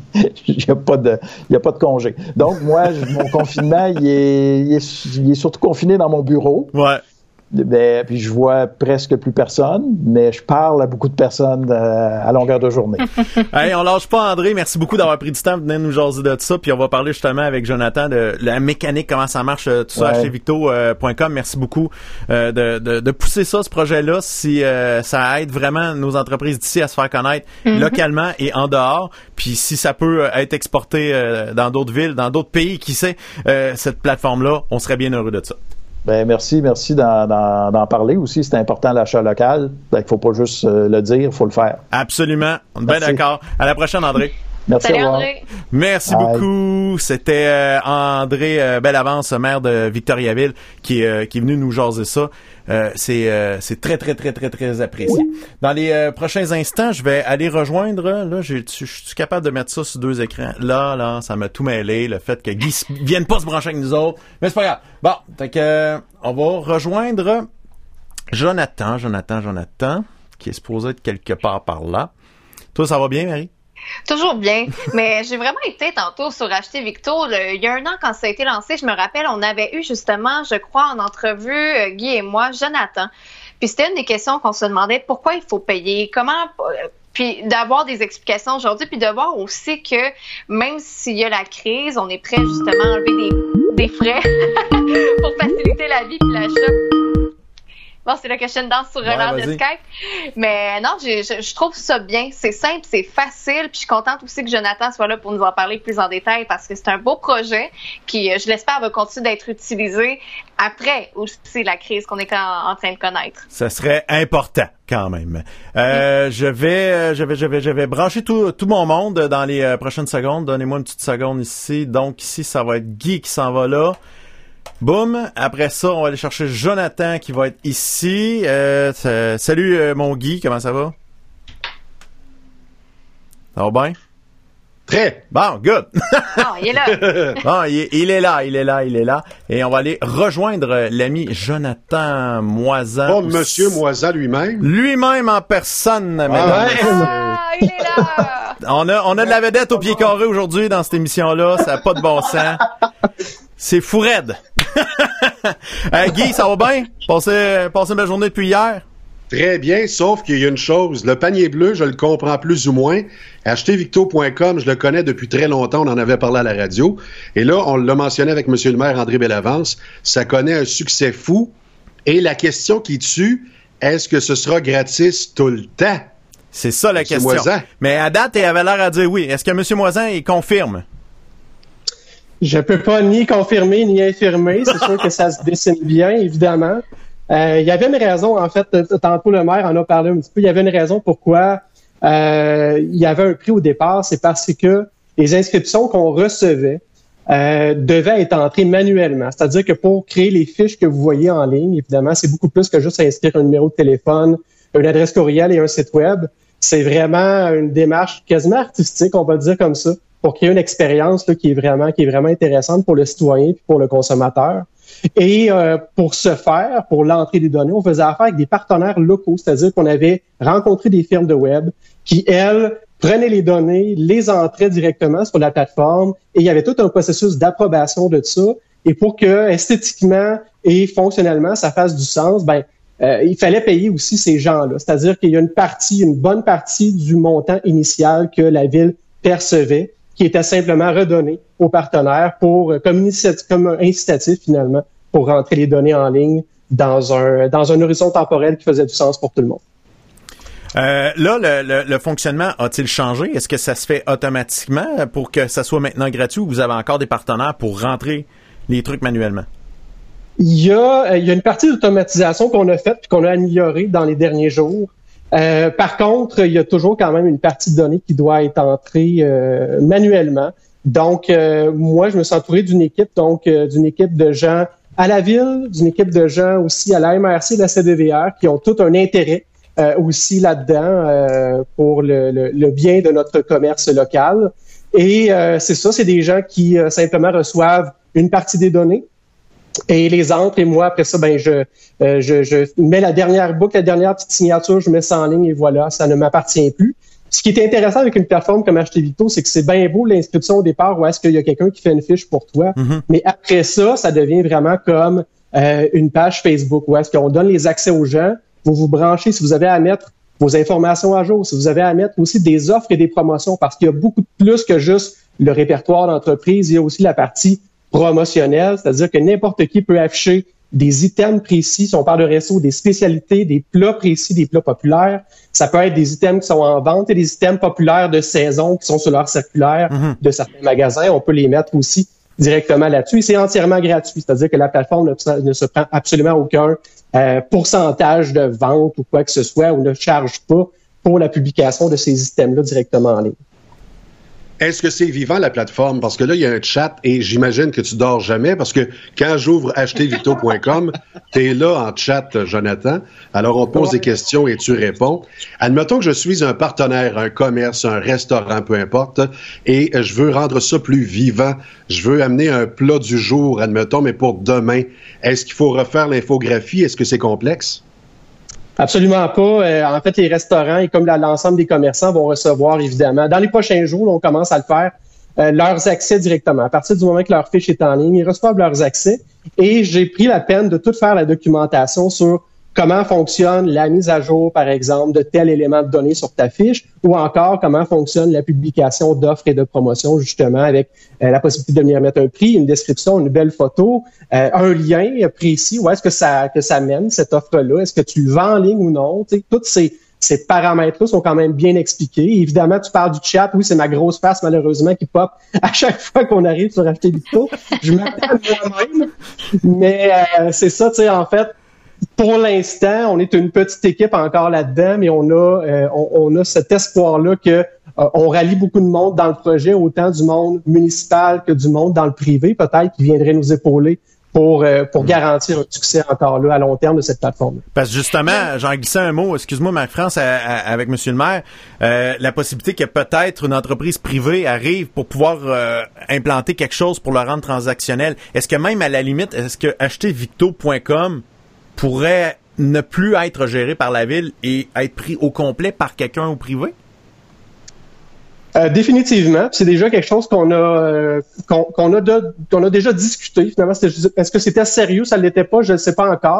Il n'y a pas de, il y a pas de congé. Donc, moi, mon confinement, il est, il est, il est surtout confiné dans mon bureau.
Ouais.
Ben, puis je vois presque plus personne, mais je parle à beaucoup de personnes euh, à longueur de journée.
Hey, on lâche pas, André. Merci beaucoup d'avoir pris du temps de venir nous jaser de ça. Puis on va parler justement avec Jonathan de la mécanique, comment ça marche, tout ça, ouais. acheter victo point com. Merci beaucoup euh, de, de, de pousser ça, ce projet-là, si euh, ça aide vraiment nos entreprises d'ici à se faire connaître mm-hmm. localement et en dehors. Puis si ça peut être exporté euh, dans d'autres villes, dans d'autres pays, qui sait, euh, cette plateforme-là, on serait bien heureux de ça.
Ben merci, merci d'en, d'en, d'en parler aussi. C'est important l'achat local. Ben, il faut pas juste euh, le dire, il faut le faire.
Absolument. On est bien d'accord. À la prochaine, André.
Merci.
Salut, André.
Merci Bye. beaucoup. C'était euh, André euh, Bellavance, maire de Victoriaville, qui, euh, qui est venu nous jaser ça. Euh, c'est, euh, c'est très, très, très, très, très apprécié. Dans les euh, prochains instants, je vais aller rejoindre... Là, je suis capable de mettre ça sur deux écrans. Là, là, ça m'a tout mêlé, le fait que Guy vienne pas se brancher avec nous autres. Mais c'est pas grave. Bon, fait que, euh, on va rejoindre Jonathan, Jonathan, Jonathan, qui est supposé être quelque part par là. Toi, ça va bien, Marie?
Toujours bien, mais j'ai vraiment été tantôt sur Acheter Victo. Le, il y a un an, quand ça a été lancé, je me rappelle, on avait eu justement, je crois, en entrevue, euh, Guy et moi, Jonathan. Puis c'était une des questions qu'on se demandait, pourquoi il faut payer, comment... Euh, puis d'avoir des explications aujourd'hui, puis de voir aussi que même s'il y a la crise, on est prêt justement à enlever des, des frais pour faciliter la vie puis l'achat. Bon, c'est là que je suis une danse sur l'air de Skype. Mais non, je, je, je trouve ça bien. C'est simple, c'est facile. Puis je suis contente aussi que Jonathan soit là pour nous en parler plus en détail parce que c'est un beau projet qui, je l'espère, va continuer d'être utilisé après aussi la crise qu'on est en, en train de connaître.
Ça serait important quand même. Euh, mmh. Je vais, je vais, je vais, je vais brancher tout, tout mon monde dans les euh, prochaines secondes. Donnez-moi une petite seconde ici. Donc ici, ça va être Guy qui s'en va là. Boum. Après ça, on va aller chercher Jonathan qui va être ici. Euh, t- salut euh, mon Guy, comment ça va? Ça va bien?
Très.
Bon, good.
Oh, il est là.
Bon, il, il est là, il est là, il est là. Et on va aller rejoindre l'ami Jonathan Moisan.
Oh, Monsieur Moisan lui-même.
Lui-même en personne,
ah,
mesdames.
ouais.
Ah, il est là.
On a, on a de la vedette au pied carré aujourd'hui dans cette émission-là. Ça n'a pas de bon sens. C'est fou raide. euh, Guy, ça va bien? Passez, passez une belle journée depuis hier?
Très bien, sauf qu'il y a une chose. Le panier bleu, je le comprends plus ou moins. acheter victo point com, je le connais depuis très longtemps. On en avait parlé à la radio. Et là, on l'a mentionné avec M. le maire André Bellavance. Ça connaît un succès fou. Et la question qui tue, est-ce que ce sera gratis tout le temps?
C'est ça la
Monsieur
question.
Moisan.
Mais à date, il avait l'air à dire oui. Est-ce que M. Moisan, il confirme?
Je peux pas ni confirmer ni infirmer. C'est sûr que ça se dessine bien, évidemment. Euh, il y avait une raison, en fait, tantôt le maire en a parlé un petit peu, il y avait une raison pourquoi euh, il y avait un prix au départ, c'est parce que les inscriptions qu'on recevait euh, devaient être entrées manuellement. C'est-à-dire que pour créer les fiches que vous voyez en ligne, évidemment, c'est beaucoup plus que juste inscrire un numéro de téléphone, une adresse courriel et un site web. C'est vraiment une démarche quasiment artistique, on va le dire comme ça, pour créer une expérience là, qui est vraiment qui est vraiment intéressante pour le citoyen et pour le consommateur. Et euh, pour ce faire, pour l'entrée des données, on faisait affaire avec des partenaires locaux, c'est-à-dire qu'on avait rencontré des firmes de web qui, elles, prenaient les données, les entraient directement sur la plateforme et il y avait tout un processus d'approbation de ça. Et pour que esthétiquement et fonctionnellement, ça fasse du sens, ben euh, il fallait payer aussi ces gens-là. C'est-à-dire qu'il y a une partie, une bonne partie du montant initial que la ville percevait qui était simplement redonné aux partenaires pour comme, initiative, comme incitatif finalement pour rentrer les données en ligne dans un dans un horizon temporel qui faisait du sens pour tout le monde.
Euh, là, le, le, le fonctionnement a-t-il changé? Est-ce que ça se fait automatiquement pour que ça soit maintenant gratuit ou vous avez encore des partenaires pour rentrer les trucs manuellement?
Il y a, il y a une partie d'automatisation qu'on a faite et qu'on a améliorée dans les derniers jours. Euh, par contre, il y a toujours quand même une partie de données qui doit être entrée euh, manuellement. Donc, euh, moi, je me suis entouré d'une équipe, donc euh, d'une équipe de gens à la ville, d'une équipe de gens aussi à la M R C et la C D V R qui ont tout un intérêt euh, aussi là-dedans euh, pour le, le, le bien de notre commerce local. Et euh, c'est ça, c'est des gens qui euh, simplement reçoivent une partie des données et les entrent, et moi, après ça, ben je, euh, je, je mets la dernière boucle, la dernière petite signature, je mets ça en ligne et voilà, ça ne m'appartient plus. Ce qui est intéressant avec une plateforme comme Acheter Victo, c'est que c'est bien beau l'inscription au départ où est-ce qu'il y a quelqu'un qui fait une fiche pour toi, mm-hmm. mais après ça, ça devient vraiment comme euh, une page Facebook où est-ce qu'on donne les accès aux gens, vous vous branchez si vous avez à mettre vos informations à jour, si vous avez à mettre aussi des offres et des promotions, parce qu'il y a beaucoup plus que juste le répertoire d'entreprise, il y a aussi la partie promotionnelle, c'est-à-dire que n'importe qui peut afficher des items précis. Si on parle de resto, des spécialités, des plats précis, des plats populaires. Ça peut être des items qui sont en vente et des items populaires de saison qui sont sur leur circulaire mm-hmm. de certains magasins. On peut les mettre aussi directement là-dessus. Et c'est entièrement gratuit, c'est-à-dire que la plateforme ne, ne se prend absolument aucun euh, pourcentage de vente ou quoi que ce soit ou ne charge pas pour la publication de ces items-là directement en ligne.
Est-ce que c'est vivant, la plateforme? Parce que là, il y a un chat et j'imagine que tu dors jamais parce que quand j'ouvre acheter victo point com, t'es là en chat, Jonathan. Alors, on te pose des questions et tu réponds. Admettons que je suis un partenaire, un commerce, un restaurant, peu importe, et je veux rendre ça plus vivant. Je veux amener un plat du jour, admettons, mais pour demain. Est-ce qu'il faut refaire l'infographie? Est-ce que c'est complexe?
Absolument pas. Euh, en fait, les restaurants et comme la, l'ensemble des commerçants vont recevoir, évidemment, dans les prochains jours, là, on commence à le faire, euh, leurs accès directement. À partir du moment que leur fiche est en ligne, ils reçoivent leurs accès. Et j'ai pris la peine de tout faire la documentation sur comment fonctionne la mise à jour, par exemple, de tel élément de données sur ta fiche, ou encore comment fonctionne la publication d'offres et de promotions, justement, avec euh, la possibilité de venir mettre un prix, une description, une belle photo, euh, un lien précis, où est-ce que ça que ça mène, cette offre-là, est-ce que tu le vends en ligne ou non, tu sais, tous ces, ces paramètres-là sont quand même bien expliqués. Et évidemment, tu parles du chat, oui, c'est ma grosse face, malheureusement, qui pop à chaque fois qu'on arrive sur Acheter Victo. Je m'attends moi-même, mais euh, c'est ça, tu sais, en fait, pour l'instant, on est une petite équipe encore là-dedans, mais on a euh, on, on a cet espoir-là que euh, on rallie beaucoup de monde dans le projet, autant du monde municipal que du monde dans le privé, peut-être, qui viendrait nous épauler pour euh, pour garantir un succès encore là à long terme de cette plateforme.
Parce que justement, j'en glissais un mot, excuse-moi Marc-France, à, à, avec Monsieur le maire, euh, la possibilité que peut-être une entreprise privée arrive pour pouvoir euh, implanter quelque chose pour le rendre transactionnel. Est-ce que même à la limite, est-ce que acheter victo point com pourrait ne plus être géré par la ville et être pris au complet par quelqu'un au privé?
Euh, définitivement. C'est déjà quelque chose qu'on a euh, qu'on, qu'on a de, qu'on a déjà discuté. Finalement, est-ce que c'était sérieux? Ça ne l'était pas, je ne sais pas encore.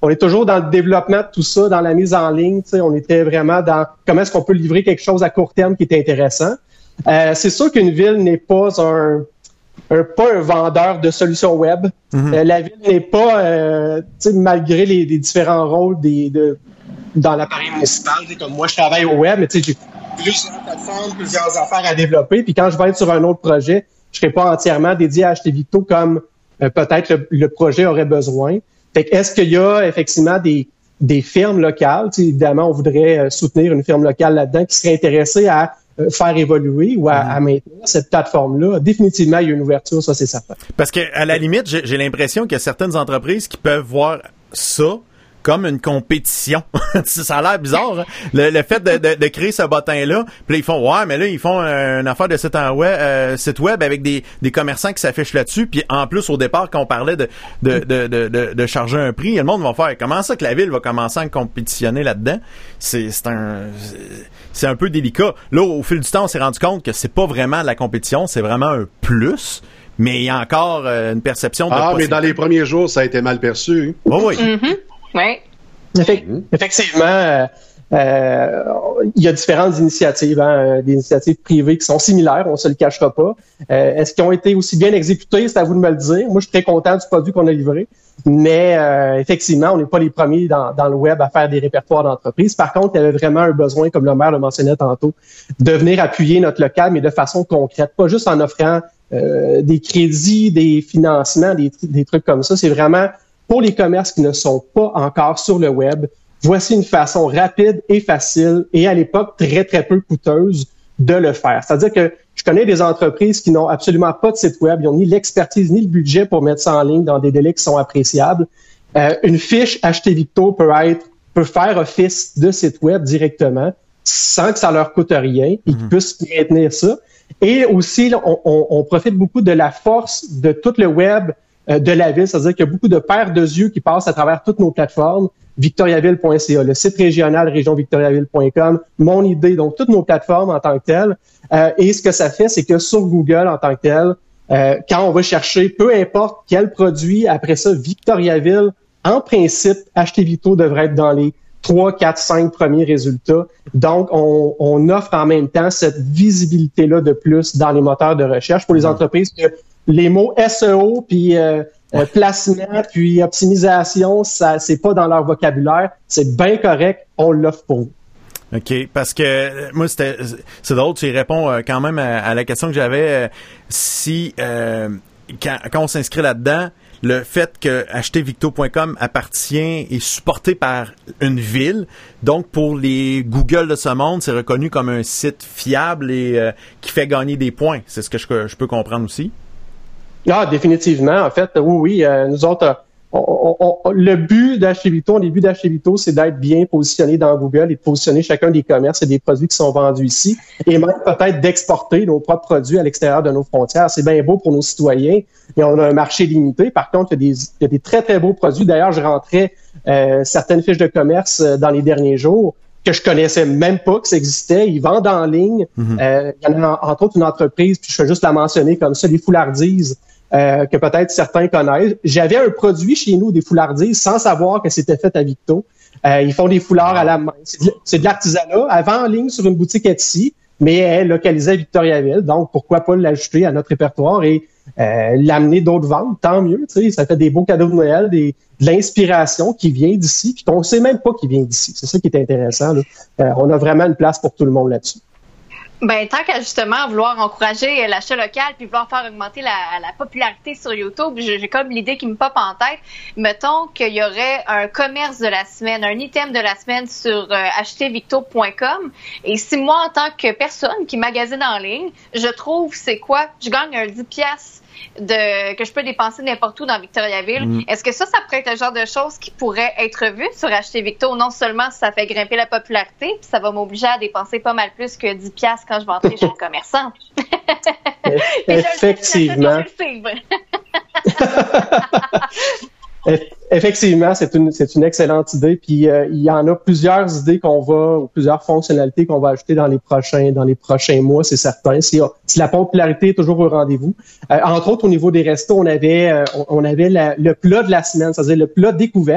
on est toujours dans le développement de tout ça, dans la mise en ligne. Tu sais, on était vraiment dans comment est-ce qu'on peut livrer quelque chose à court terme qui est intéressant. Euh, c'est sûr qu'une ville n'est pas un, un pas un vendeur de solutions web. Mm-hmm. Euh, la ville n'est pas, euh, tu sais, malgré les, les différents rôles des de dans l'appareil municipal. Comme moi, je travaille au web, mais tu sais, j'ai plusieurs plateformes, plusieurs affaires à développer. Puis quand je vais être sur un autre projet, je serai pas entièrement dédié à acheter Victo comme euh, peut-être le, le projet aurait besoin. Fait que est-ce qu'il y a effectivement des des firmes locales? Tu sais, évidemment, on voudrait euh, soutenir une firme locale là-dedans qui serait intéressée à euh, faire évoluer ou à, mm-hmm. à maintenir cette plateforme-là. Définitivement, il y a une ouverture, ça c'est certain.
Parce que à la limite, j'ai, j'ai l'impression qu'il y a certaines entreprises qui peuvent voir ça comme une compétition. Ça a l'air bizarre, hein? le, le fait de, de, de créer ce bottin-là. Puis là, ils font, ouais, mais là, ils font euh, une affaire de site, en web, euh, site web avec des, des commerçants qui s'affichent là-dessus. Puis en plus, au départ, quand on parlait de, de, de, de, de, de charger un prix, le monde va faire, comment ça que la ville va commencer à compétitionner là-dedans? C'est, c'est un c'est un peu délicat. Là, au fil du temps, on s'est rendu compte que c'est pas vraiment de la compétition, c'est vraiment un plus. Mais il y a encore euh, une perception de...
Ah, mais dans les premiers jours, ça a été mal perçu.
Oh, oui.
Mm-hmm. Oui.
Effect- effectivement, euh, euh, il y a différentes initiatives, hein, des initiatives privées qui sont similaires, on se le cachera pas. Euh, est-ce qu'ils ont été aussi bien exécutées? C'est à vous de me le dire. Moi, je suis très content du produit qu'on a livré. Mais euh, effectivement, on n'est pas les premiers dans, dans le web à faire des répertoires d'entreprise. Par contre, il y avait vraiment un besoin, comme le maire le mentionnait tantôt, de venir appuyer notre local, mais de façon concrète, pas juste en offrant euh, des crédits, des financements, des, des trucs comme ça. C'est vraiment pour les commerces qui ne sont pas encore sur le web. Voici une façon rapide et facile et à l'époque très, très peu coûteuse de le faire. C'est-à-dire que je connais des entreprises qui n'ont absolument pas de site web, ils n'ont ni l'expertise ni le budget pour mettre ça en ligne dans des délais qui sont appréciables. Euh, une fiche Acheter Victo peut être, peut faire office de site web directement sans que ça leur coûte rien et qu'ils puissent maintenir ça. Et aussi, là, on, on, on profite beaucoup de la force de tout le web euh, de la ville, c'est-à-dire qu'il y a beaucoup de paires de yeux qui passent à travers toutes nos plateformes. victoriaville point c a, le site régional région victoriaville point com, mon idée, donc toutes nos plateformes en tant que telles. Euh, et ce que ça fait, c'est que sur Google en tant que tel, euh, quand on va chercher, peu importe quel produit, après ça, Victoriaville, en principe, Acheter Victo devrait être dans les trois, quatre, cinq premiers résultats. Donc, on, on offre en même temps cette visibilité-là de plus dans les moteurs de recherche pour les entreprises que les mots S E O puis euh, euh, placement puis optimisation, ça c'est pas dans leur vocabulaire, c'est bien correct, on l'offre pour vous.
OK, parce que euh, moi c'était c'est drôle, tu y réponds euh, quand même à, à la question que j'avais euh, si euh, quand, quand on s'inscrit là-dedans, le fait que acheter victo point com appartient et supporté par une ville, donc pour les Google de ce monde, c'est reconnu comme un site fiable et euh, qui fait gagner des points. C'est ce que je, je peux comprendre aussi.
Ah, définitivement. En fait, oui, oui. Euh, nous autres, on, on, on, le but d'Acheter Victo, le but d'Acheter Victo, c'est d'être bien positionné dans Google et de positionner chacun des commerces et des produits qui sont vendus ici, et même peut-être d'exporter nos propres produits à l'extérieur de nos frontières. C'est bien beau pour nos citoyens, et on a un marché limité. Par contre, il y a des, il y a des très, très beaux produits. D'ailleurs, je rentrais euh, certaines fiches de commerce euh, dans les derniers jours que je connaissais même pas que ça existait. Ils vendent en ligne. Mm-hmm. Euh, il y en a entre autres une entreprise, puis je vais juste la mentionner comme ça, les foulardises. Euh, que peut-être certains connaissent. J'avais un produit chez nous, des foulardises, sans savoir que c'était fait à Victo. Euh, ils font des foulards à la main. C'est de, c'est de l'artisanat. Elle vend en ligne sur une boutique Etsy, mais elle est localisée à Victoriaville. Donc, pourquoi pas l'ajouter à notre répertoire et euh, l'amener d'autres ventes? Tant mieux. Tu sais, ça fait des beaux cadeaux de Noël, des, de l'inspiration qui vient d'ici, puis qu'on ne sait même pas qui vient d'ici. C'est ça qui est intéressant, là. Euh, on a vraiment une place pour tout le monde là-dessus.
Ben, tant qu'à justement vouloir encourager l'achat local puis vouloir faire augmenter la, la popularité sur YouTube, j'ai, j'ai comme l'idée qui me pop en tête. Mettons qu'il y aurait un commerce de la semaine, un item de la semaine sur euh, acheter victo point com. Et si moi, en tant que personne qui magasine en ligne, je trouve c'est quoi? Je gagne un dix piastres de que je peux dépenser n'importe où dans Victoriaville. Mm. Est-ce que ça, ça pourrait être le genre de choses qui pourrait être vu sur Acheter Victo? Non seulement ça fait grimper la popularité, puis ça va m'obliger à dépenser pas mal plus que dix piastres quand je vais entrer chez le commerçant.
Effectivement. Effectivement, c'est une c'est une excellente idée. Puis euh, il y en a plusieurs idées qu'on va ou plusieurs fonctionnalités qu'on va ajouter dans les prochains dans les prochains mois, c'est certain. Si, si la popularité est toujours au rendez-vous. Euh, entre autres, au niveau des restos, on avait euh, on avait la, le plat de la semaine, c'est-à-dire le plat découverte.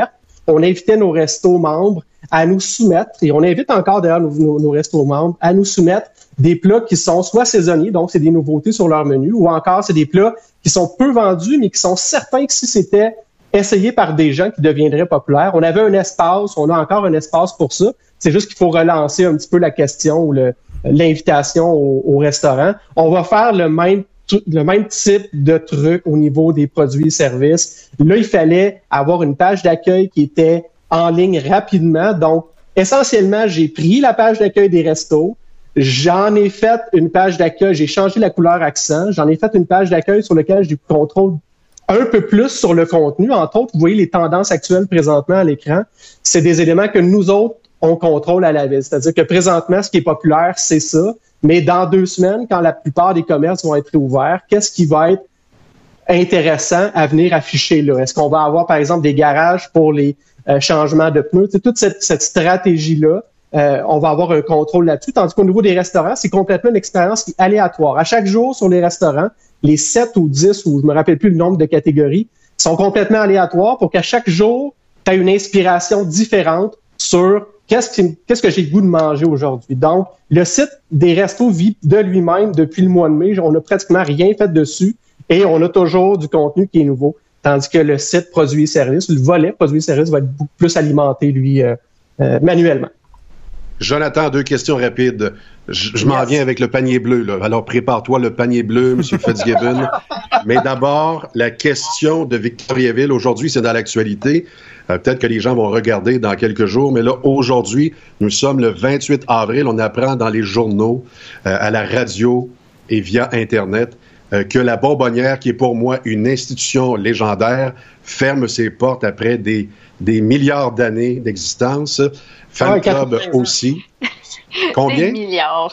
on invitait nos restos membres à nous soumettre, et on invite encore d'ailleurs nos, nos, nos restos membres à nous soumettre des plats qui sont soit saisonniers, donc c'est des nouveautés sur leur menu, ou encore c'est des plats qui sont peu vendus, mais qui sont certains que si c'était essayé par des gens qui deviendraient populaires, on avait un espace, on a encore un espace pour ça. C'est juste qu'il faut relancer un petit peu la question ou le, l'invitation au, au restaurant. On va faire le même le même type de truc au niveau des produits et services. Là, il fallait avoir une page d'accueil qui était en ligne rapidement. Donc, essentiellement, j'ai pris la page d'accueil des restos, j'en ai fait une page d'accueil, j'ai changé la couleur accent, j'en ai fait une page d'accueil sur laquelle je contrôle un peu plus sur le contenu. Entre autres, vous voyez les tendances actuelles présentement à l'écran. C'est des éléments que nous autres, on contrôle à la ville. C'est-à-dire que présentement, ce qui est populaire, c'est ça. Mais dans deux semaines, quand la plupart des commerces vont être ouverts, qu'est-ce qui va être intéressant à venir afficher là? Est-ce qu'on va avoir, par exemple, des garages pour les euh, changements de pneus? C'est toute cette, cette stratégie-là, euh, on va avoir un contrôle là-dessus. Tandis qu'au niveau des restaurants, c'est complètement une expérience qui est aléatoire. À chaque jour, sur les restaurants, les sept ou dix, ou je me rappelle plus le nombre de catégories, sont complètement aléatoires pour qu'à chaque jour, tu aies une inspiration différente sur qu'est-ce, qui, qu'est-ce que j'ai le goût de manger aujourd'hui. Donc, le site des restos vit de lui-même depuis le mois de mai. On n'a pratiquement rien fait dessus et on a toujours du contenu qui est nouveau. Tandis que le site produits et services, le volet produits et services va être beaucoup plus alimenté, lui, euh, euh, manuellement.
Jonathan, deux questions rapides. Je, je m'en viens avec le panier bleu, là. Alors, prépare-toi le panier bleu, M. Fitzgibbon. Mais d'abord, la question de Victoriaville. Aujourd'hui, c'est dans l'actualité. Euh, peut-être que les gens vont regarder dans quelques jours. Mais là, aujourd'hui, nous sommes le vingt-huit avril. On apprend dans les journaux, euh, à la radio et via Internet euh, que la Bonbonnière, qui est pour moi une institution légendaire, ferme ses portes après des, des milliards d'années d'existence. Fan
ah,
Club aussi. Combien?
Des milliards.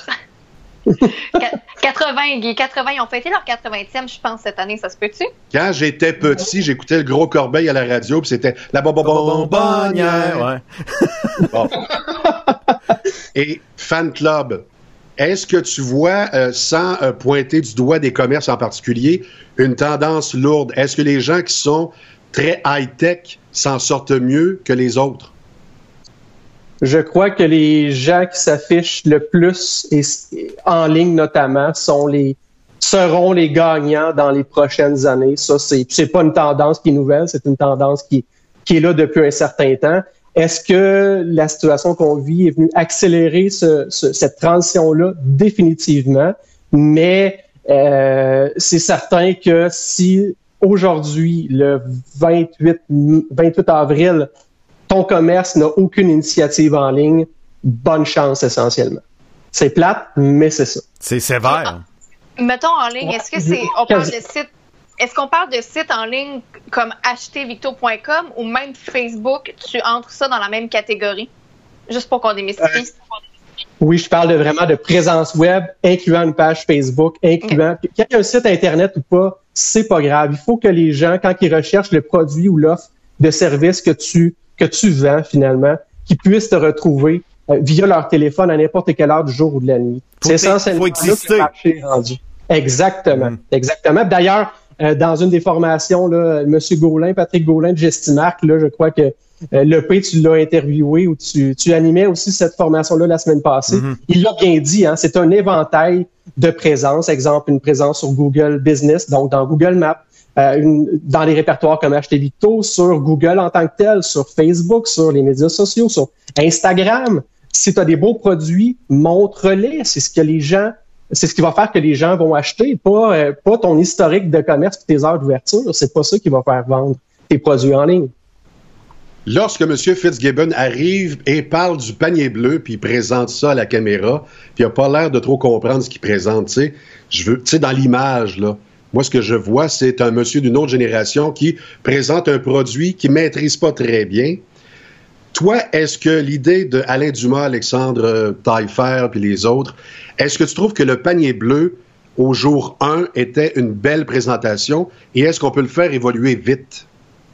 quatre-vingts, Guy. quatre-vingts, ils ont fêté leur quatre-vingtième, je pense, cette année. Ça se peut-tu?
Quand j'étais petit, j'écoutais le Gros Corbeil à la radio, puis c'était la Bonbonnière. Ouais. Bon. Et Fan Club, est-ce que tu vois, euh, sans euh, pointer du doigt des commerces en particulier, une tendance lourde? Est-ce que les gens qui sont très high-tech s'en sortent mieux que les autres?
Je crois que les gens qui s'affichent le plus, et en ligne notamment, sont les seront les gagnants dans les prochaines années. Ça, c'est c'est pas une tendance qui est nouvelle, c'est une tendance qui, qui est là depuis un certain temps. Est-ce que la situation qu'on vit est venue accélérer ce, ce, cette transition-là? Définitivement. Mais euh, c'est certain que si aujourd'hui, le vingt-huit, vingt-huit avril, ton commerce n'a aucune initiative en ligne, bonne chance essentiellement. C'est plate, mais c'est ça.
C'est sévère.
Mettons en ligne, est-ce que c'est on parle de site est-ce qu'on parle de sites en ligne comme acheter victo point com ou même Facebook, tu entres ça dans la même catégorie? Juste pour qu'on démystifie. Euh,
oui, je parle de vraiment de présence web, incluant une page Facebook, incluant okay. Qu'il y ait un site Internet ou pas, c'est pas grave. Il faut que les gens, quand ils recherchent le produit ou l'offre de service que tu que tu vends finalement, qu'ils puissent te retrouver euh, via leur téléphone à n'importe quelle heure du jour ou de la nuit.
Faut
c'est essentiellement
faut exister.
Le marché rendu. Exactement,
mm.
exactement. D'ailleurs, euh, dans une des formations, là, M. Gaulin, Patrick Gaulin de Gestimark, là, je crois que euh, le P, tu l'as interviewé ou tu, tu animais aussi cette formation-là la semaine passée. Mm-hmm. Il l'a bien dit, hein, c'est un éventail de présence. Exemple, une présence sur Google Business, donc dans Google Maps. Euh, une, dans les répertoires comme Acheter Victo, sur Google en tant que tel, sur Facebook, sur les médias sociaux, sur Instagram. Si tu as des beaux produits, montre-les. C'est ce que les gens, c'est ce qui va faire que les gens vont acheter, pas, euh, pas ton historique de commerce et tes heures d'ouverture. C'est pas ça qui va faire vendre tes produits en ligne.
Lorsque M. Fitzgibbon arrive et parle du panier bleu, puis il présente ça à la caméra, puis il n'a pas l'air de trop comprendre ce qu'il présente, tu sais, je veux, tu sais, dans l'image, là, moi, ce que je vois, c'est un monsieur d'une autre génération qui présente un produit qu'il ne maîtrise pas très bien. Toi, est-ce que l'idée de Alain Dumas, Alexandre Taillefer puis les autres, est-ce que tu trouves que le panier bleu, au jour un, était une belle présentation et est-ce qu'on peut le faire évoluer vite?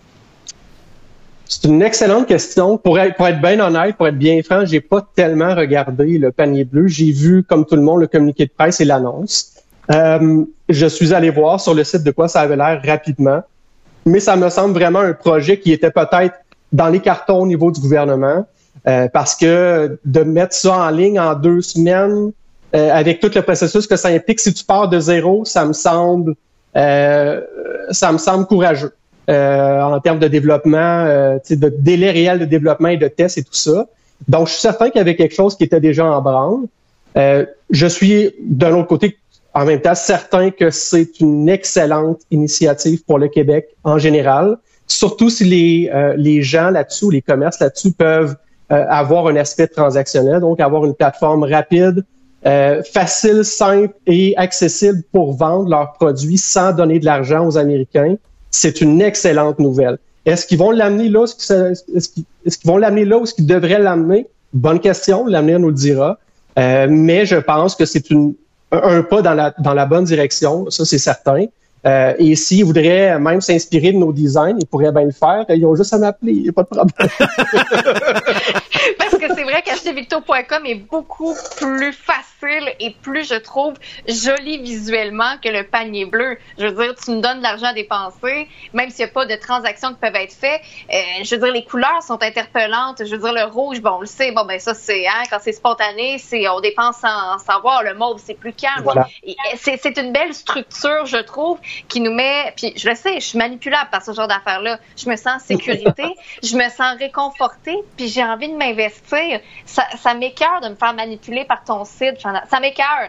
C'est une excellente question. Pour être, pour être bien honnête, pour être bien franc, j'ai pas tellement regardé le panier bleu. J'ai vu, comme tout le monde, le communiqué de presse et l'annonce. Euh, je suis allé voir sur le site de quoi ça avait l'air rapidement, mais ça me semble vraiment un projet qui était peut-être dans les cartons au niveau du gouvernement, euh, parce que de mettre ça en ligne en deux semaines, euh, avec tout le processus que ça implique, si tu pars de zéro, ça me semble, euh, ça me semble courageux euh, en termes de développement, euh, de délai réel de développement et de tests et tout ça. Donc, je suis certain qu'il y avait quelque chose qui était déjà en branle. Euh, je suis, d'un autre côté, en même temps, certain que c'est une excellente initiative pour le Québec en général, surtout si les, euh, les gens là-dessus, les commerces là-dessus peuvent euh, avoir un aspect transactionnel, donc avoir une plateforme rapide, euh, facile, simple et accessible pour vendre leurs produits sans donner de l'argent aux Américains. C'est une excellente nouvelle. Est-ce qu'ils vont l'amener là? Est-ce qu'ils, est-ce qu'ils, est-ce qu'ils vont l'amener là ou est-ce qu'ils devraient l'amener? Bonne question, l'avenir nous le dira. Euh, mais je pense que c'est une un pas dans la dans la bonne direction, ça c'est certain. Euh, et s'ils voudraient même s'inspirer de nos designs, ils pourraient bien le faire. Ils ont juste à m'appeler, il n'y a pas de problème.
Parce que c'est vrai qu'acheter victo point com est beaucoup plus facile et plus, je trouve, joli visuellement que le panier bleu. Je veux dire, tu me donnes de l'argent à dépenser, même s'il n'y a pas de transactions qui peuvent être faites. Euh, je veux dire, les couleurs sont interpellantes. Je veux dire, le rouge, bon, on le sait, bon, ben ça, c'est, hein, quand c'est spontané, c'est, on dépense sans savoir. Le mauve, c'est plus calme.
Voilà.
Et c'est, c'est une belle structure, je trouve, qui nous met, puis je le sais, je suis manipulable par ce genre d'affaires-là. Je me sens en sécurité, je me sens réconfortée, puis j'ai envie de m'investir. Ça, ça m'écœure de me faire manipuler par ton site. Ça m'écœure.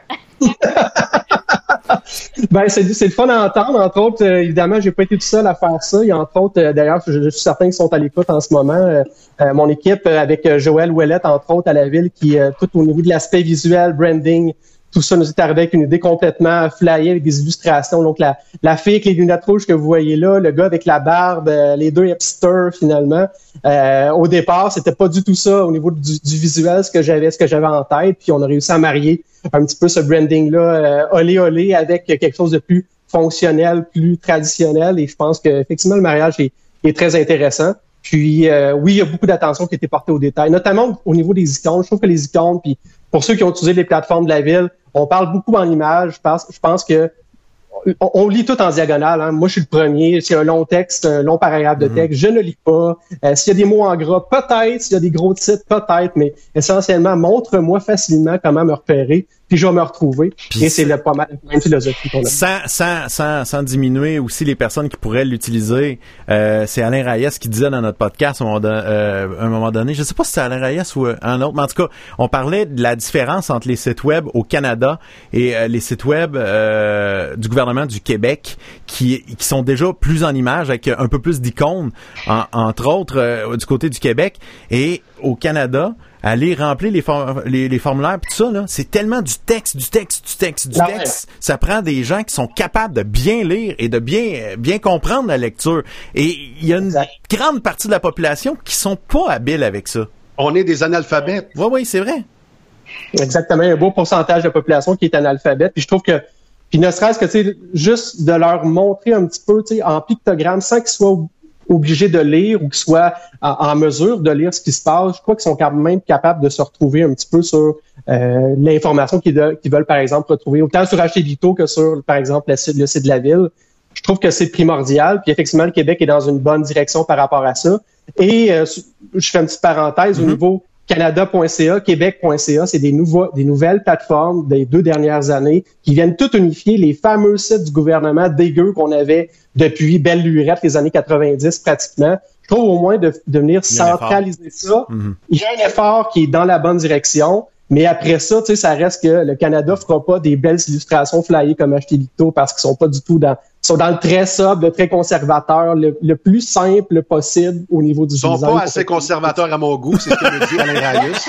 Ben, c'est, c'est le fun à entendre. Entre autres, euh, évidemment, j'ai pas été tout seul à faire ça. Il y a entre autres, euh, d'ailleurs, je, je suis certain qu'ils sont à l'écoute en ce moment. Euh, euh, mon équipe, euh, avec euh, Joël Ouellette, entre autres, à la ville, qui, euh, tout au niveau de l'aspect visuel, branding, tout ça nous est arrivé avec une idée complètement flyée avec des illustrations. Donc, la, la fille avec les lunettes rouges que vous voyez là, le gars avec la barbe, euh, les deux hipsters, finalement. Euh, au départ, c'était pas du tout ça au niveau du, du visuel, ce que j'avais, ce que j'avais en tête. Puis, on a réussi à marier un petit peu ce branding-là, euh, olé olé, avec quelque chose de plus fonctionnel, plus traditionnel. Et je pense que effectivement, le mariage est, est très intéressant. Puis, euh, oui, il y a beaucoup d'attention qui a été portée aux détails, notamment au niveau des icônes. Je trouve que les icônes, puis pour ceux qui ont utilisé les plateformes de la ville, on parle beaucoup en images. Je pense, je pense que on, on lit tout en diagonale. Hein. Moi, je suis le premier. S'il y a un long texte, un long paragraphe de texte, mm-hmm. je ne lis pas. Euh, s'il y a des mots en gras, peut-être. S'il y a des gros titres, peut-être. Mais essentiellement, montre-moi facilement comment me repérer, puis je vais me retrouver. Puis et c'est le, pas mal la même philosophie qu'on a.
Sans, sans, sans, sans diminuer aussi les personnes qui pourraient l'utiliser. Euh, c'est Alain Reyes qui disait dans notre podcast à un moment, de, euh, un moment donné, je ne sais pas si c'est Alain Reyes ou un autre, mais en tout cas, on parlait de la différence entre les sites web au Canada et euh, les sites web euh, du gouvernement du Québec qui, qui sont déjà plus en images avec un peu plus d'icônes, en, entre autres euh, du côté du Québec. Et au Canada, aller remplir les, for- les, les formulaires pis tout ça, là, c'est tellement du texte, du texte, du texte, du texte. Ça prend des gens qui sont capables de bien lire et de bien bien comprendre la lecture. Et il y a une exact. grande partie de la population qui sont pas habiles avec ça.
On est des analphabètes.
Oui, oui, c'est vrai.
Exactement. Il y a un beau pourcentage de la population qui est analphabète. Puis je trouve que, puis ne serait-ce que, tu sais, juste de leur montrer un petit peu, tu sais, en pictogramme, sans qu'ils soient obligés de lire ou qu'ils soient en, en mesure de lire ce qui se passe, je crois qu'ils sont quand même capables de se retrouver un petit peu sur euh, l'information qu'ils, de, qu'ils veulent, par exemple, retrouver, autant sur Acheter Victo que sur, par exemple, le site, le site de la ville. Je trouve que c'est primordial. Puis effectivement, le Québec est dans une bonne direction par rapport à ça. Et euh, je fais une petite parenthèse mm-hmm. au niveau canada point c a, québec point c a, c'est des, nouveaux, des nouvelles plateformes des deux dernières années qui viennent tout unifier les fameux sites du gouvernement dégueux qu'on avait depuis belle lurette les années quatre-vingt-dix pratiquement. Je trouve au moins de, de venir centraliser ça. Mm-hmm. Il y a un effort qui est dans la bonne direction, mais après ça, tu sais, ça reste que le Canada fera pas des belles illustrations flyées comme Acheter Victo parce qu'ils sont pas du tout dans Ils sont dans le très sobre, le très conservateur, le, le plus simple possible au niveau du design.
Ils sont pas assez conservateurs à mon goût, c'est ce que me dit Alain Reyes.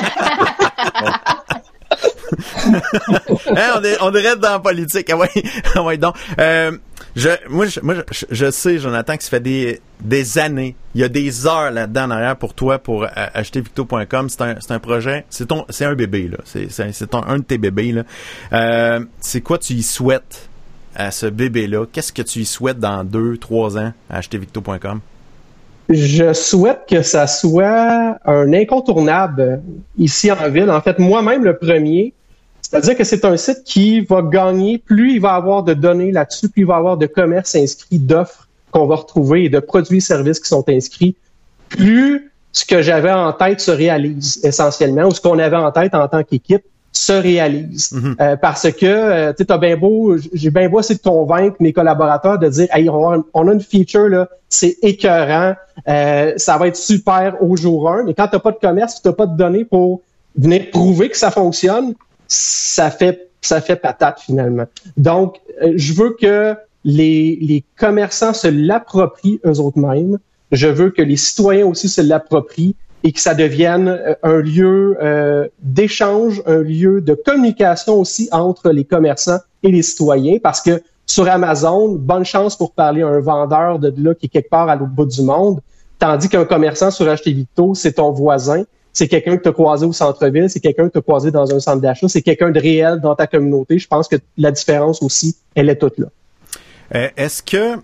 hein, on est, on est dans la politique. Ah ouais, ah ouais donc. Euh, je, moi, je, moi, je, je sais, Jonathan, que ça fait des, des années. Il y a des heures là-dedans en arrière pour toi pour euh, acheter victo point com. C'est un, c'est un projet. C'est ton, c'est un bébé là. C'est, c'est, c'est ton, un de tes bébés là. Euh, c'est quoi tu y souhaites à ce bébé-là? Qu'est-ce que tu y souhaites dans deux, trois ans à acheter victo point com?
Je souhaite que ça soit un incontournable ici en ville. En fait, moi-même le premier. C'est-à-dire que c'est un site qui va gagner, plus il va avoir de données là-dessus, plus il va avoir de commerces inscrits, d'offres qu'on va retrouver et de produits et services qui sont inscrits, plus ce que j'avais en tête se réalise essentiellement, ou ce qu'on avait en tête en tant qu'équipe se réalise. Mm-hmm. Euh, parce que, euh, tu sais, t'as bien beau, j'ai bien beau essayer de convaincre mes collaborateurs de dire, hey, on a, on a une feature, là, c'est écœurant, euh, ça va être super au jour un, mais quand t'as pas de commerce, t'as pas de données pour venir prouver que ça fonctionne, ça fait, ça fait patate finalement. Donc, euh, je veux que les, les commerçants se l'approprient eux autres mêmes. Je veux que les citoyens aussi se l'approprient et que ça devienne un lieu euh, d'échange, un lieu de communication aussi entre les commerçants et les citoyens, parce que sur Amazon, bonne chance pour parler à un vendeur de là qui est quelque part à l'autre bout du monde, tandis qu'un commerçant sur Acheter Victo, c'est ton voisin, c'est quelqu'un que tu as croisé au centre-ville, c'est quelqu'un que tu as croisé dans un centre d'achat, c'est quelqu'un de réel dans ta communauté. Je pense que la différence aussi, elle est toute là.
Euh, est-ce que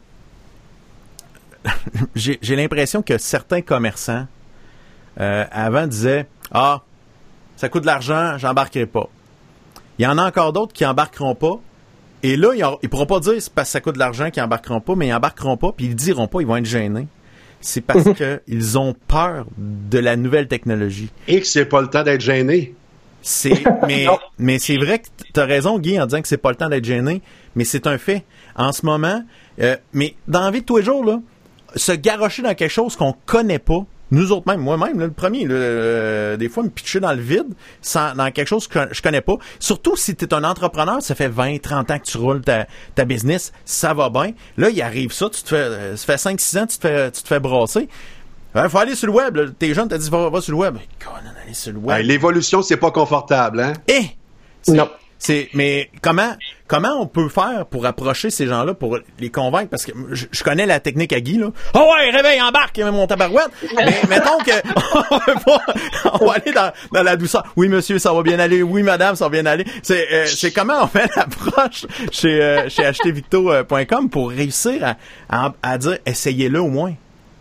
j'ai, j'ai l'impression que certains commerçants euh, avant disaient « Ah, ça coûte de l'argent, j'embarquerai pas ». Il y en a encore d'autres qui embarqueront pas. Et là, ils ne pourront pas dire c'est parce que ça coûte de l'argent qu'ils embarqueront pas, mais ils embarqueront pas, puis ils diront pas, ils vont être gênés. C'est parce qu'ils ont peur de la nouvelle technologie.
Et que c'est pas le temps d'être gêné.
C'est, mais, mais c'est vrai que tu as raison, Guy, en disant que c'est pas le temps d'être gêné, mais c'est un fait. En ce moment, euh, mais dans la vie de tous les jours, là, se garrocher dans quelque chose qu'on connaît pas, nous autres même, moi-même, là, le premier, là, euh, des fois, me pitcher dans le vide, sans, dans quelque chose que je connais pas. Surtout si tu es un entrepreneur, ça fait vingt, trente ans que tu roules ta, ta business, ça va bien. Là, il arrive ça, tu te fais, ça fait cinq, six ans, tu te fais, tu te fais brasser. Il faut aller sur le web. Là. T'es jeune, t'as dit va, va sur le web. God, aller sur le web.
Hey, l'évolution, c'est pas confortable, hein?
Eh! C'est,
non.
C'est, mais comment, comment on peut faire pour approcher ces gens-là, pour les convaincre? Parce que je, je connais la technique à Guy, là. Oh ouais, réveille, embarque, mon tabarouette. Mais mettons que, on va pas, on va aller dans, dans la douceur. Oui, monsieur, ça va bien aller. Oui, madame, ça va bien aller. C'est, euh, c'est comment on fait l'approche chez, euh, chez acheter victo point com pour réussir à, à, à dire, essayez-le au moins.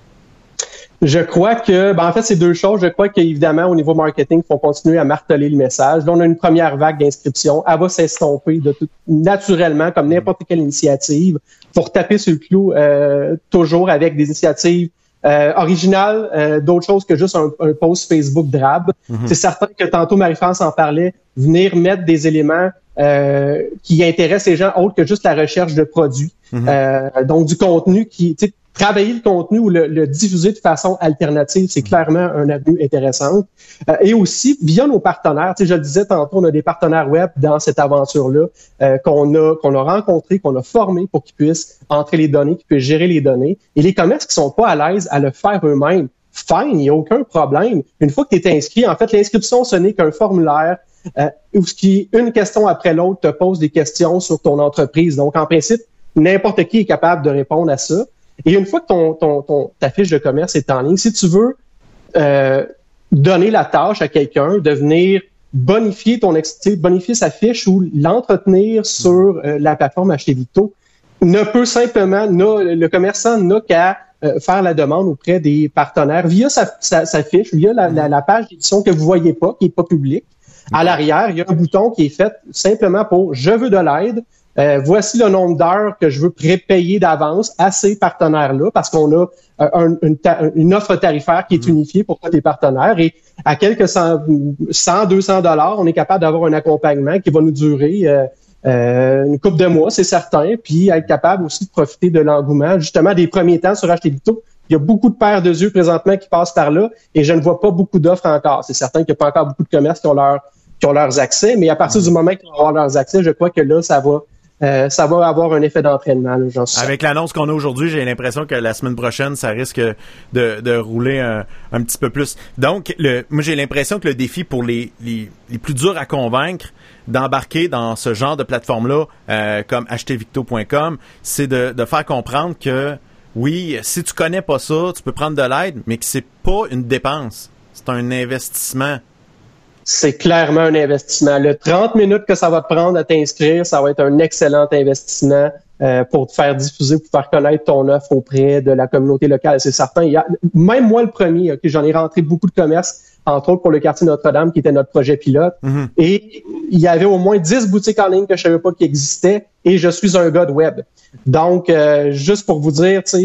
Je crois que, ben en fait, c'est deux choses. Je crois qu'évidemment, au niveau marketing, il faut continuer à marteler le message. Là, on a une première vague d'inscriptions. Elle va s'estomper de tout, naturellement, comme n'importe quelle initiative. Il faut retaper sur le clou euh, toujours avec des initiatives euh, originales, euh, d'autres choses que juste un, un post Facebook drabe. Mm-hmm. C'est certain que tantôt, Marie-France en parlait, venir mettre des éléments euh, qui intéressent les gens autres que juste la recherche de produits. Mm-hmm. Euh, donc, du contenu qui... Travailler le contenu ou le, le diffuser de façon alternative, c'est clairement un avenue intéressant. Euh, et aussi, via nos partenaires, tu sais, je le disais tantôt, on a des partenaires web dans cette aventure-là euh, qu'on a qu'on a rencontrés, qu'on a formés pour qu'ils puissent entrer les données, qu'ils puissent gérer les données. Et les commerces qui sont pas à l'aise à le faire eux-mêmes, fine, il n'y a aucun problème. Une fois que tu es inscrit, en fait, l'inscription, ce n'est qu'un formulaire euh, où ce qui, une question après l'autre, te pose des questions sur ton entreprise. Donc, en principe, n'importe qui est capable de répondre à ça. Et une fois que ton, ton, ton, ta fiche de commerce est en ligne, si tu veux euh, donner la tâche à quelqu'un de venir bonifier ton bonifier sa fiche ou l'entretenir sur euh, la plateforme Acheter Victo, ne peut simplement, le commerçant n'a qu'à euh, faire la demande auprès des partenaires via sa, sa, sa fiche, via la, la, la page d'édition que vous voyez pas, qui est pas publique. À l'arrière, il y a un bouton qui est fait simplement pour « Je veux de l'aide ». Euh, voici le nombre d'heures que je veux prépayer d'avance à ces partenaires-là, parce qu'on a euh, un, une, ta- une offre tarifaire qui est unifiée pour tous les partenaires. Et à quelques cent, deux cents dollars, on est capable d'avoir un accompagnement qui va nous durer euh, euh, une couple de mois, c'est certain, puis être capable aussi de profiter de l'engouement, justement, des premiers temps sur Acheter Victo. Il y a beaucoup de paires de yeux présentement qui passent par là, et je ne vois pas beaucoup d'offres encore. C'est certain qu'il n'y a pas encore beaucoup de commerces qui ont, leur, qui ont leurs accès, mais à partir du moment qu'ils vont avoir leurs accès, je crois que là, ça va... Euh, ça va avoir un effet d'entraînement, là, j'en suis.
Avec l'annonce qu'on a aujourd'hui, j'ai l'impression que la semaine prochaine, ça risque de, de rouler un, un petit peu plus. Donc, le, moi, j'ai l'impression que le défi pour les, les, les plus durs à convaincre d'embarquer dans ce genre de plateforme-là, euh, comme acheter victo point com, c'est de, de faire comprendre que, oui, si tu connais pas ça, tu peux prendre de l'aide, mais que c'est pas une dépense. C'est un investissement.
C'est clairement un investissement. Le trente minutes que ça va te prendre à t'inscrire, ça va être un excellent investissement euh, pour te faire diffuser, pour faire connaître ton offre auprès de la communauté locale. C'est certain. Il y a, même moi, le premier, okay, j'en ai rentré beaucoup de commerces, entre autres pour le quartier Notre-Dame, qui était notre projet pilote. Mm-hmm. Et il y avait au moins dix boutiques en ligne que je savais pas qui existaient, et je suis un gars de web. Donc, euh, juste pour vous dire, tu sais,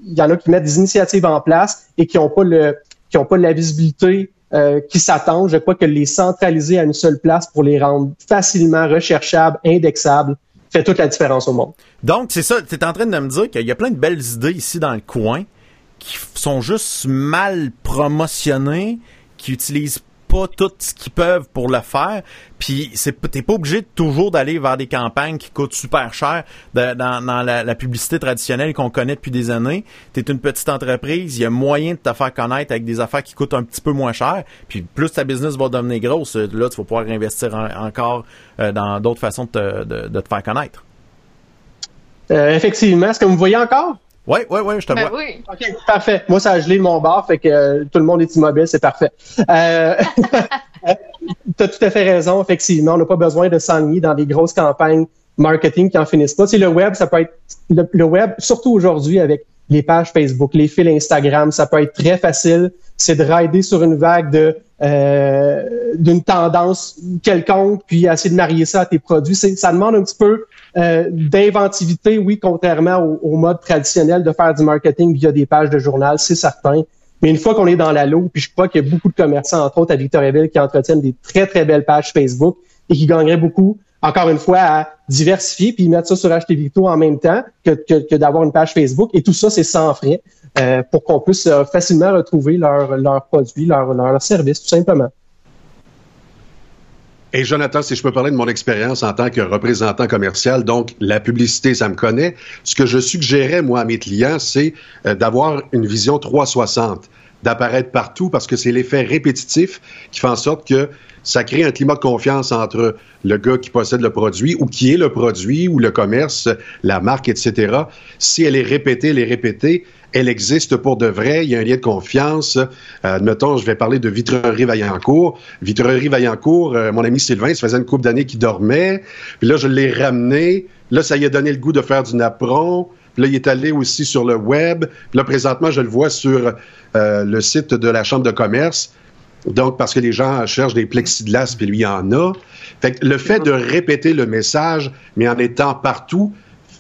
il y en a qui mettent des initiatives en place et qui n'ont pas le, qui ont pas la visibilité euh, qui s'attendent. Je crois que les centraliser à une seule place pour les rendre facilement recherchables, indexables, fait toute la différence au monde.
Donc, c'est ça, tu es en train de me dire qu'il y a plein de belles idées ici dans le coin qui sont juste mal promotionnées, qui utilisent pas tout ce qu'ils peuvent pour le faire, puis c'est t'es pas obligé de toujours d'aller vers des campagnes qui coûtent super cher de, dans, dans la, la publicité traditionnelle qu'on connaît depuis des années. T'es une petite entreprise, il y a moyen de te faire connaître avec des affaires qui coûtent un petit peu moins cher, puis plus ta business va devenir grosse, là tu vas pouvoir investir en, encore euh, dans d'autres façons de te, de, de te faire connaître.
Euh, effectivement, est-ce que vous me voyez encore?
Oui, oui, oui, je te
Ben
vois.
oui.
OK, parfait. Moi, ça a gelé de mon bar, fait que euh, tout le monde est immobile, c'est parfait. Euh, tu as tout à fait raison, effectivement. On n'a pas besoin de s'enligner dans des grosses campagnes marketing qui en finissent pas. Tu sais, le web, ça peut être... Le, le web, surtout aujourd'hui avec les pages Facebook, les fils Instagram, ça peut être très facile. C'est de rider sur une vague de euh, d'une tendance quelconque, puis essayer de marier ça à tes produits. C'est, ça demande un petit peu euh, d'inventivité, oui, contrairement au, au mode traditionnel de faire du marketing via des pages de journal, c'est certain. Mais une fois qu'on est dans la loupe, puis je crois qu'il y a beaucoup de commerçants, entre autres à Victoriaville, qui entretiennent des très, très belles pages Facebook et qui gagneraient beaucoup, encore une fois, à diversifier puis mettre ça sur Acheter Victo en même temps que, que, que d'avoir une page Facebook. Et tout ça, c'est sans frais euh, pour qu'on puisse euh, facilement retrouver leurs leur produits, leurs leur services, tout simplement.
Et Jonathan, si je peux parler de mon expérience en tant que représentant commercial, donc la publicité, ça me connaît. Ce que je suggérais, moi, à mes clients, c'est euh, d'avoir une vision trois cent soixante, d'apparaître partout parce que c'est l'effet répétitif qui fait en sorte que ça crée un climat de confiance entre le gars qui possède le produit ou qui est le produit ou le commerce, la marque, et cetera. Si elle est répétée, elle est répétée, elle existe pour de vrai, il y a un lien de confiance. Euh, admettons, je vais parler de Vitrerie Vaillancourt. Vitrerie Vaillancourt, euh, mon ami Sylvain, ça faisait une couple d'années qu'il dormait. Puis là, je l'ai ramené. Là, ça lui a donné le goût de faire du napperon. Puis là, il est allé aussi sur le web. Puis là, présentement, je le vois sur euh, le site de la Chambre de commerce. Donc, parce que les gens cherchent des plexiglas, puis lui, il en a. Fait que le fait de répéter le message, mais en étant partout,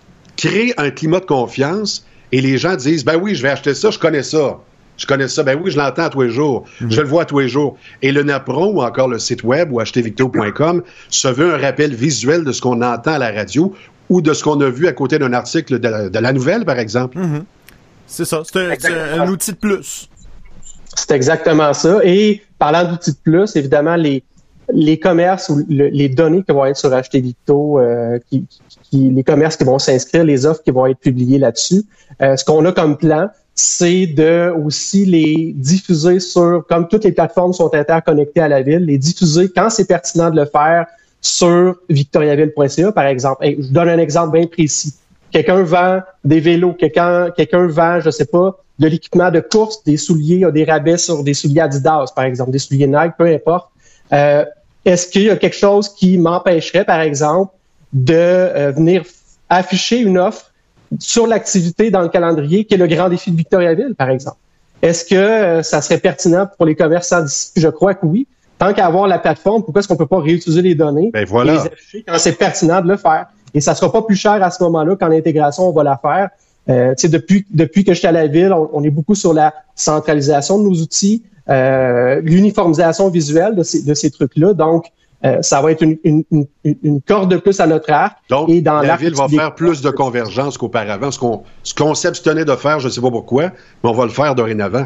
crée un climat de confiance et les gens disent, ben oui, je vais acheter ça, je connais ça. Je connais ça, ben oui, je l'entends à tous les jours. Mm-hmm. Je le vois à tous les jours. Et le napperon ou encore le site web ou acheter victo point com se veut un rappel visuel de ce qu'on entend à la radio ou de ce qu'on a vu à côté d'un article de la, de la nouvelle, par exemple.
Mm-hmm. C'est ça, c'est un, c'est un outil de plus.
C'est exactement ça. Et parlant d'outils de plus, évidemment, les les commerces ou le, les données qui vont être sur Acheter Victo, euh, qui, qui, les commerces qui vont s'inscrire, les offres qui vont être publiées là-dessus, euh, ce qu'on a comme plan, c'est de aussi les diffuser sur, comme toutes les plateformes sont interconnectées à la ville, les diffuser quand c'est pertinent de le faire sur victoriaville point c a, par exemple. Et je vous donne un exemple bien précis. Quelqu'un vend des vélos, quelqu'un, quelqu'un vend, je sais pas, de l'équipement de course, des souliers, a des rabais sur des souliers Adidas, par exemple, des souliers Nike, peu importe. Euh, est-ce qu'il y a quelque chose qui m'empêcherait, par exemple, de euh, venir afficher une offre sur l'activité dans le calendrier qui est le grand défi de Victoriaville, par exemple? Est-ce que euh, ça serait pertinent pour les commerçants d'ici? Je crois que oui. Tant qu'à avoir la plateforme, pourquoi est-ce qu'on peut pas réutiliser les données
ben voilà.
et les afficher quand c'est pertinent de le faire? Et ça sera pas plus cher à ce moment-là quand l'intégration, on va la faire. Euh, tu sais, depuis, depuis que je suis à la ville, on, on est beaucoup sur la centralisation de nos outils, euh, l'uniformisation visuelle de ces, de ces trucs-là. Donc, euh, ça va être une, une, une, une corde de plus à notre arc.
Donc,
et dans
la ville va
des...
faire plus de convergence qu'auparavant. Ce qu'on, ce qu'on s'abstenait de faire, je ne sais pas pourquoi, mais on va le faire dorénavant.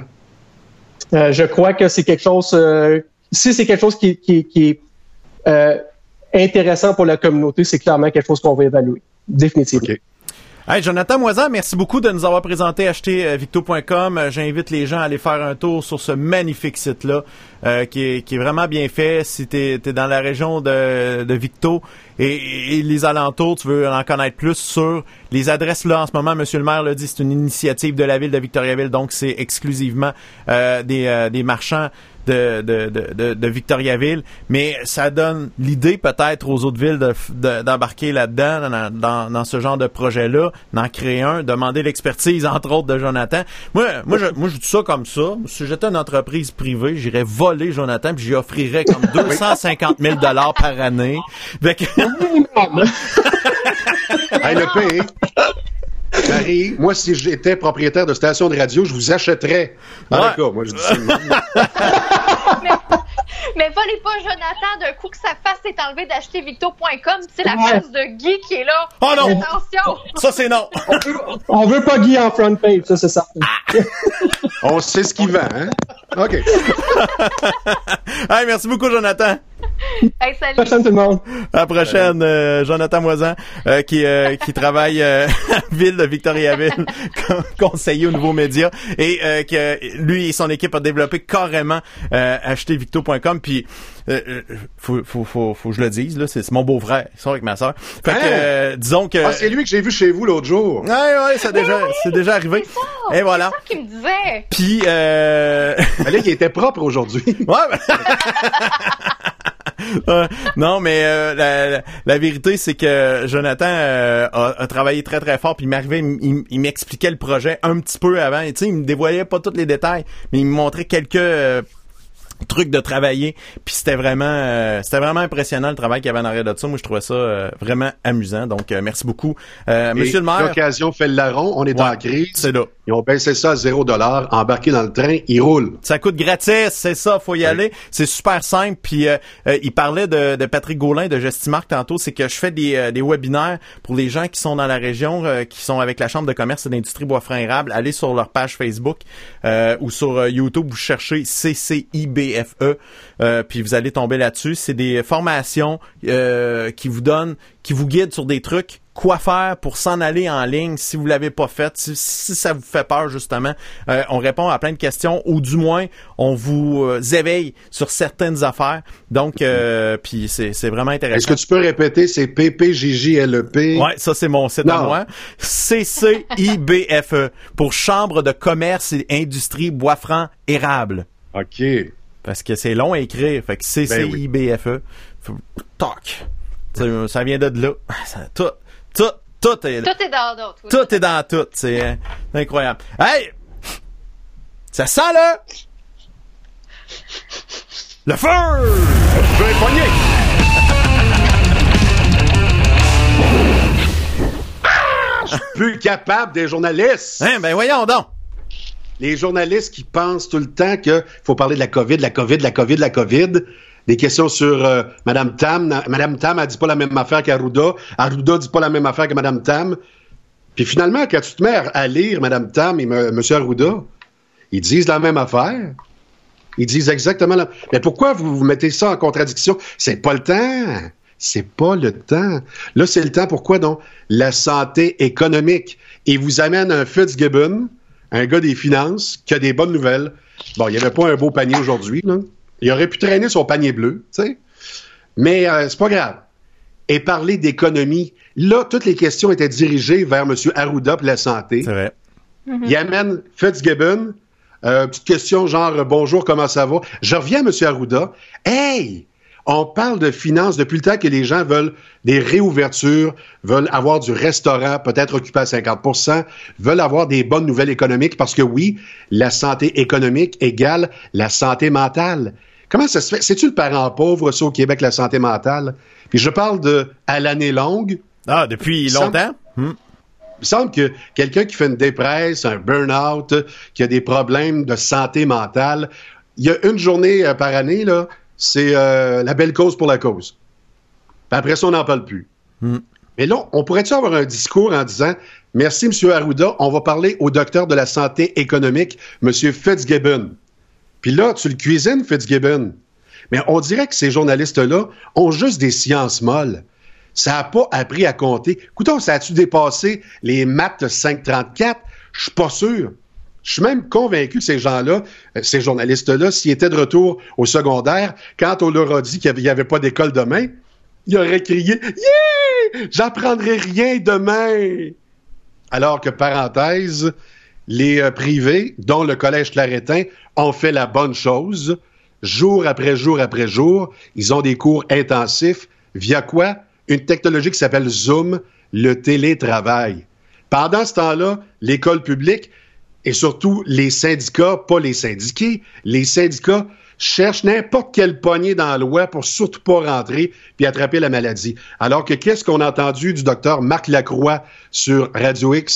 Euh, je crois que c'est quelque chose... Euh, si c'est quelque chose qui, qui, qui est euh, intéressant pour la communauté, c'est clairement quelque chose qu'on va évaluer. Définitivement.
Okay.
Hey, Jonathan Moisan, merci beaucoup de nous avoir présenté acheter victo point com. J'invite les gens à aller faire un tour sur ce magnifique site-là, euh, qui est, qui est vraiment bien fait. Si t'es, t'es dans la région de, de Victo et, et les alentours, tu veux en connaître plus sur les adresses là en ce moment. Monsieur le maire l'a dit, c'est une initiative de la ville de Victoriaville, donc c'est exclusivement euh, des, euh, des marchands de, de, de, de, de Victoriaville, mais ça donne l'idée peut-être aux autres villes de, de, d'embarquer là-dedans, dans, dans, dans ce genre de projet-là, d'en créer un, demander l'expertise, entre autres, de Jonathan. Moi, moi, je, moi, je dis ça comme ça. Si j'étais une entreprise privée, j'irais voler Jonathan, puis j'y offrirais comme deux cent cinquante mille dollars par année. Fait que...
Hey, le pays. Marie, moi, si j'étais propriétaire de station de radio, je vous achèterais. En
Ouais.
tout cas, moi, je dis ça.
mais, mais volez pas Jonathan d'un coup que sa face s'est enlevée d'acheter victo point com. C'est la
Ouais.
face de Guy qui est là.
Oh non!
Attention!
Ça, c'est non.
On veut pas Guy en front page, ça, c'est ça.
On sait ce qu'il vend, hein? OK.
Hey, merci beaucoup, Jonathan.
Hey, salut!
Prochaine tout le monde.
À la prochaine, euh, Jonathan Moisan, euh, qui euh, qui travaille euh, à la ville de Victoriaville comme conseiller aux nouveaux médias et euh, que lui et son équipe a développé carrément euh, acheter victo point com. Puis euh, faut, faut faut faut que je le dise là, c'est, c'est mon beau-frère, il sort avec ma sœur. Fait que
Hein?
euh, disons que
Ah, c'est lui que j'ai vu chez vous l'autre jour.
ouais ouais, ça a déjà
Oui,
c'est déjà arrivé.
C'est ça!
Et voilà.
C'est ça qu'il me disait!
Puis euh...
Mais là, il était propre aujourd'hui.
Ouais. ben- Euh, non, mais euh, la, la, la vérité, c'est que Jonathan euh, a, a travaillé très très fort. Puis il m'arrivait, il, il- il m'expliquait le projet un petit peu avant. Et tu sais, il me dévoilait pas tous les détails, mais il me montrait quelques euh, trucs de travailler. Puis c'était vraiment, euh, c'était vraiment impressionnant le travail qu'il y avait en arrière de ça. Moi, je trouvais ça euh, vraiment amusant. Donc, euh, merci beaucoup, euh, Monsieur
Et
le maire.
L'occasion fait le larron. On est
Ouais,
en crise.
c'est là.
Ils ont baissé ça à zéro dollar, embarqué dans le train, ils roulent.
Ça coûte gratis, c'est ça, faut y
Oui.
aller. C'est super simple. Puis euh, euh, il parlait de, de Patrick Gaulin de Gestimark tantôt, c'est que je fais des, euh, des webinaires pour les gens qui sont dans la région, euh, qui sont avec la Chambre de commerce et d'industrie Bois-Franc-Érable. Allez sur leur page Facebook euh, ou sur euh, YouTube, vous cherchez C C I B F E, euh, puis vous allez tomber là-dessus. C'est des formations euh, qui vous donnent, qui vous guident sur des trucs. Quoi faire pour s'en aller en ligne si vous l'avez pas fait, si, si ça vous fait peur justement. Euh, on répond à plein de questions ou du moins on vous euh, éveille sur certaines affaires. Donc, euh, puis c'est, c'est vraiment intéressant.
Est-ce que tu peux répéter, c'est P P J J L E P?
Ouais, ça c'est mon site à
Non.
moi. C C I B F E pour Chambre de commerce et industrie Bois-Franc-Érable.
OK.
Parce que c'est long à écrire. Fait que C C I B F E. Faut- Toc. Ça, ça vient de là. Ça, tout, tout, tout est là.
Tout est dans d'autres. oui.
Tout est dans tout. C'est euh, incroyable. Hey! Ça sent là! Le feu!
Je vais pogner. Je suis plus capable des journalistes.
Hein, ben voyons donc!
Les journalistes qui pensent tout le temps qu'il faut parler de la COVID, de la COVID, de la COVID, de la COVID. Des questions sur euh, Mme Tam. Na- Mme Tam, elle dit pas la même affaire qu'Arruda. Arruda dit pas la même affaire que Mme Tam. Puis finalement, quand tu te mets à lire Mme Tam et M. Arruda, ils disent la même affaire. Ils disent exactement la... Mais pourquoi vous, vous mettez ça en contradiction? C'est pas le temps. C'est pas le temps. Là, c'est le temps. Pourquoi donc? La santé économique. Et vous amène un Fitzgibbon, un gars des finances, qui a des bonnes nouvelles. Bon, il n'y avait pas un beau panier aujourd'hui, là. Il aurait pu traîner son panier bleu, tu sais. Mais euh, c'est pas grave. Et parler d'économie, là, toutes les questions étaient dirigées vers M. Arruda pour la santé.
C'est vrai.
Il amène Fitzgibbon. Euh, petite question genre euh, bonjour, comment ça va? Je reviens à M. Arruda. Hey! On parle de finances depuis le temps que les gens veulent des réouvertures, veulent avoir du restaurant, peut-être occupé à cinquante pour cent, veulent avoir des bonnes nouvelles économiques parce que oui, la santé économique égale la santé mentale. Comment ça se fait? C'est-tu le parent pauvre, ça, au Québec, la santé mentale? Puis je parle de à l'année longue.
Ah, depuis
Ça-
longtemps? Hmm.
Il me semble que quelqu'un qui fait une dépresse, un burn-out, qui a des problèmes de santé mentale, il y a une journée euh, par année, là, c'est euh, la belle cause pour la cause. Puis après ça, on n'en parle plus.
Hmm.
Mais là, on pourrait-tu avoir un discours en disant « Merci, M. Arruda, on va parler au docteur de la santé économique, M. Fitzgibbon. » Puis là, tu le cuisines, Fitzgibbon. Mais on dirait que ces journalistes-là ont juste des sciences molles. Ça n'a pas appris à compter. Écoutons, ça a-tu dépassé les maths cinq trente-quatre? Je suis pas sûr. Je suis même convaincu que ces gens-là, euh, ces journalistes-là, s'ils étaient de retour au secondaire, quand on leur a dit qu'il n'y avait pas d'école demain, ils auraient crié « Yeah! J'apprendrai rien demain! » Alors que, parenthèse, les euh, privés, dont le Collège Claretin, ont fait la bonne chose. Jour après jour après jour, ils ont des cours intensifs. Via quoi? Une technologie qui s'appelle Zoom, le télétravail. Pendant ce temps-là, l'école publique et surtout les syndicats, pas les syndiqués, les syndicats cherchent n'importe quelle poignée dans la loi pour surtout pas rentrer puis attraper la maladie. Alors que qu'est-ce qu'on a entendu du docteur Marc Lacroix sur Radio X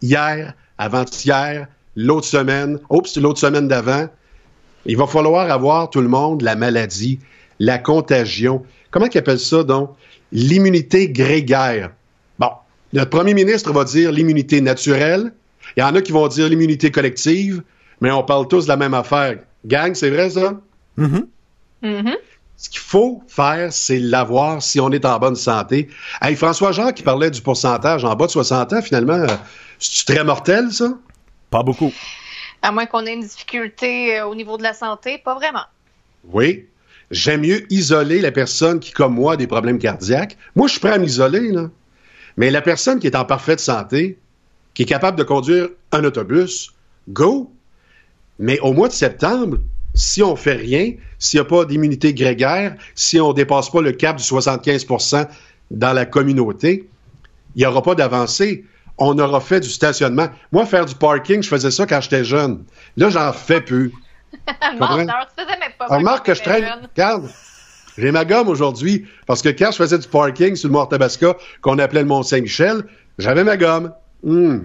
hier, avant-hier, l'autre semaine, oups, l'autre semaine d'avant. Il va falloir avoir, tout le monde, la maladie, la contagion. Comment qu'ils appellent ça, donc? L'immunité grégaire. Bon, notre premier ministre va dire l'immunité naturelle. Il y en a qui vont dire l'immunité collective, mais on parle tous de la même affaire. Gang, c'est vrai, ça?
Mm-hmm.
Mm-hmm.
Ce qu'il faut faire, c'est l'avoir si on est en bonne santé. Hey, François Jacques qui parlait du pourcentage en bas de soixante ans, finalement, euh, c'est très mortel, ça?
Pas beaucoup.
À moins qu'on ait une difficulté euh, au niveau de la santé, pas vraiment.
Oui. J'aime mieux isoler la personne qui, comme moi, a des problèmes cardiaques. Moi, je suis prêt à m'isoler, là. Mais la personne qui est en parfaite santé, qui est capable de conduire un autobus, go! Mais au mois de septembre, si on fait rien, s'il n'y a pas d'immunité grégaire, si on ne dépasse pas le cap du soixante-quinze pour cent dans la communauté, il n'y aura pas d'avancée. On aura fait du stationnement. Moi, faire du parking, je faisais ça quand j'étais jeune. Là, j'en fais plus.
Menteur, tu faisais même pas ça.
Remarque que je traîne. Regarde, j'ai ma gomme aujourd'hui. Parce que quand je faisais du parking sur le Mont-Tabasca, qu'on appelait le Mont-Saint-Michel, j'avais ma gomme. Mmh.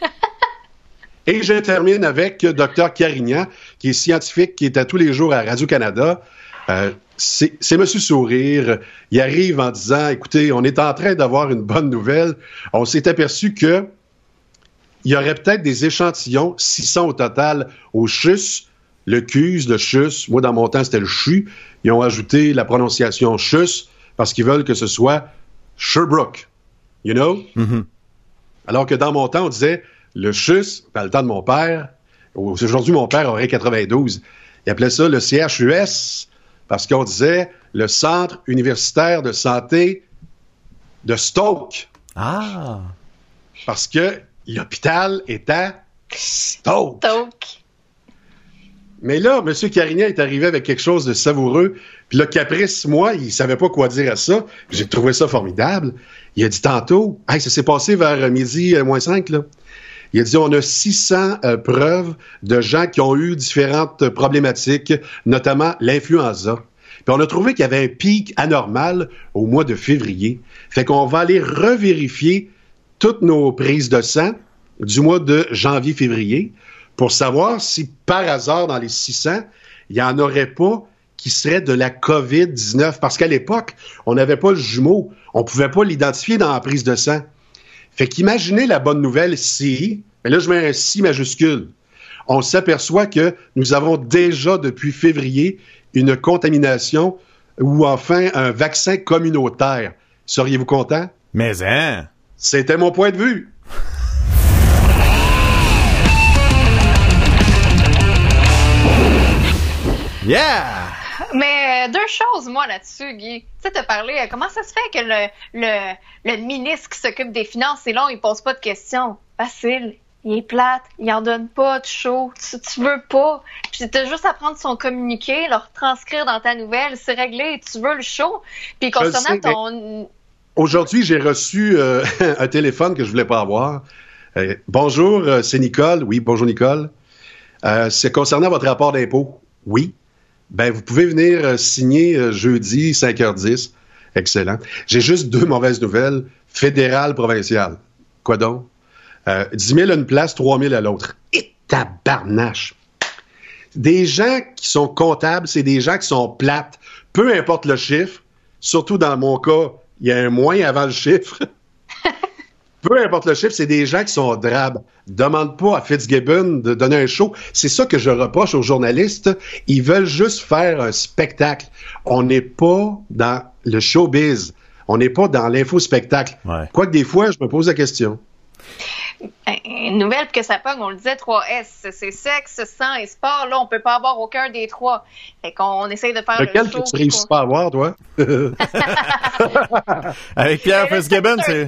Et je termine avec Dr Carignan, qui est scientifique, qui est à tous les jours à Radio-Canada. Euh, c'est, c'est M. Sourire. Il arrive en disant, écoutez, on est en train d'avoir une bonne nouvelle. On s'est aperçu que il y aurait peut-être des échantillons, six cents au total, au C H U S, le C U S, le C H U S. Moi, dans mon temps, c'était le C H U. Ils ont ajouté la prononciation C H U S parce qu'ils veulent que ce soit Sherbrooke. You know?
Mm-hmm.
Alors que dans mon temps, on disait le C H U S, par le temps de mon père, aujourd'hui, mon père aurait quatre-vingt-douze. Il appelait ça le C H U S parce qu'on disait le Centre universitaire de santé de Stoke.
Ah!
Parce que l'hôpital est à Stoke.
Stoke.
Mais là, M. Carignan est arrivé avec quelque chose de savoureux. Puis là, Caprice, moi, il savait pas quoi dire à ça. J'ai trouvé ça formidable. Il a dit tantôt, hey, ça s'est passé vers midi euh, moins cinq, là. Il a dit, on a six cents euh, preuves de gens qui ont eu différentes problématiques, notamment l'influenza. Puis on a trouvé qu'il y avait un pic anormal au mois de février. Fait qu'on va aller revérifier toutes nos prises de sang du mois de janvier-février pour savoir si, par hasard, dans les six cents, il n'y en aurait pas qui serait de la covid dix-neuf. Parce qu'à l'époque, on n'avait pas le jumeau. On ne pouvait pas l'identifier dans la prise de sang. Fait qu'imaginez la bonne nouvelle si, mais là je mets un si majuscule, on s'aperçoit que nous avons déjà depuis février une contamination ou enfin un vaccin communautaire. Seriez-vous content?
Mais hein?
C'était mon point de vue.
Yeah!
Mais euh, deux choses, moi, là-dessus, Guy. Tu sais, t'as parlé, euh, comment ça se fait que le, le, le ministre qui s'occupe des finances, c'est long, il pose pas de questions? Facile. Il est plate, il en donne pas de show, tu, tu veux pas. Puis t'as juste à prendre son communiqué, le retranscrire dans ta nouvelle, c'est réglé, tu veux le show. Puis concernant
sais,
ton...
Aujourd'hui, j'ai reçu euh, un téléphone que je voulais pas avoir. Euh, bonjour, euh, c'est Nicole. Oui, bonjour Nicole. Euh, c'est concernant votre rapport d'impôt. Oui. Ben, vous pouvez venir euh, signer euh, jeudi, cinq heures dix. Excellent. J'ai juste deux mauvaises nouvelles. Fédérale, provinciale. Quoi donc? Euh, dix mille à une place, trois mille à l'autre. Et tabarnache! Des gens qui sont comptables, c'est des gens qui sont plates. Peu importe le chiffre, surtout dans mon cas, il y a un moins avant le chiffre. Peu importe le chiffre, c'est des gens qui sont drabes. Demande pas à Fitzgibbon de donner un show. C'est ça que je reproche aux journalistes. Ils veulent juste faire un spectacle. On n'est pas dans le showbiz. On n'est pas dans l'infospectacle.
Ouais.
Quoique des fois, je me pose la question.
Une nouvelle que ça pogne, on le disait, trois S. C'est sexe, sang et sport. Là, on peut pas avoir aucun des trois. Fait qu'on essaye de faire
Lequel
le show.
que tu réussis pas à avoir, toi?
Avec Pierre Fitzgibbon, c'est...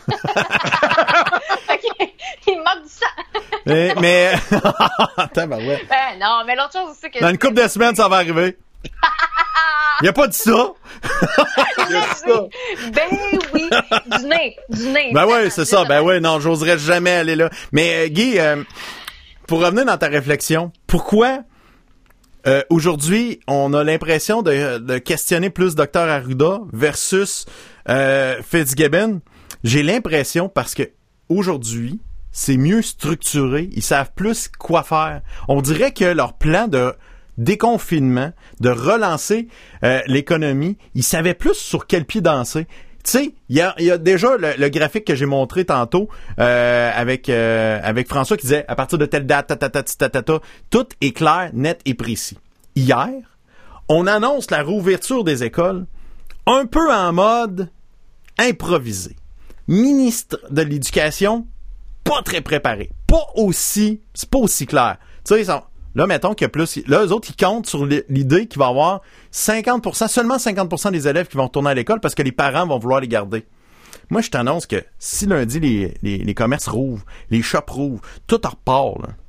Okay. Il manque du sang.
mais... mais... Attends, ben ouais.
Ben non, mais l'autre chose aussi que...
Dans une couple de semaines, ça va arriver. Il a pas dit ça.
Il a dit ça. Ben oui, du nez, du nez.
Ben oui, c'est ça. Ben oui, non, j'oserais jamais aller là. Mais euh, Guy, euh, pour revenir dans ta réflexion, pourquoi euh, aujourd'hui on a l'impression de, de questionner plus Docteur Arruda versus euh, Fitzgibbon? J'ai l'impression parce que aujourd'hui, c'est mieux structuré. Ils savent plus quoi faire. On dirait que leur plan de déconfinement, de relancer euh, l'économie, ils savaient plus sur quel pied danser. Tu sais, il y a, y a déjà le, le graphique que j'ai montré tantôt euh, avec euh, avec François qui disait à partir de telle date, ta, ta, ta, ta, ta, ta, tout est clair, net et précis. Hier, on annonce la réouverture des écoles un peu en mode improvisé. Ministre de l'Éducation, pas très préparé, pas aussi, c'est pas aussi clair. Tu sais, ça, là, mettons qu'il y a plus... Là, eux autres, ils comptent sur l'idée qu'il va y avoir cinquante pour cent, seulement cinquante pour cent des élèves qui vont retourner à l'école parce que les parents vont vouloir les garder. Moi, je t'annonce que si lundi, les, les, les commerces rouvrent, les shops rouvrent, tout repart, là.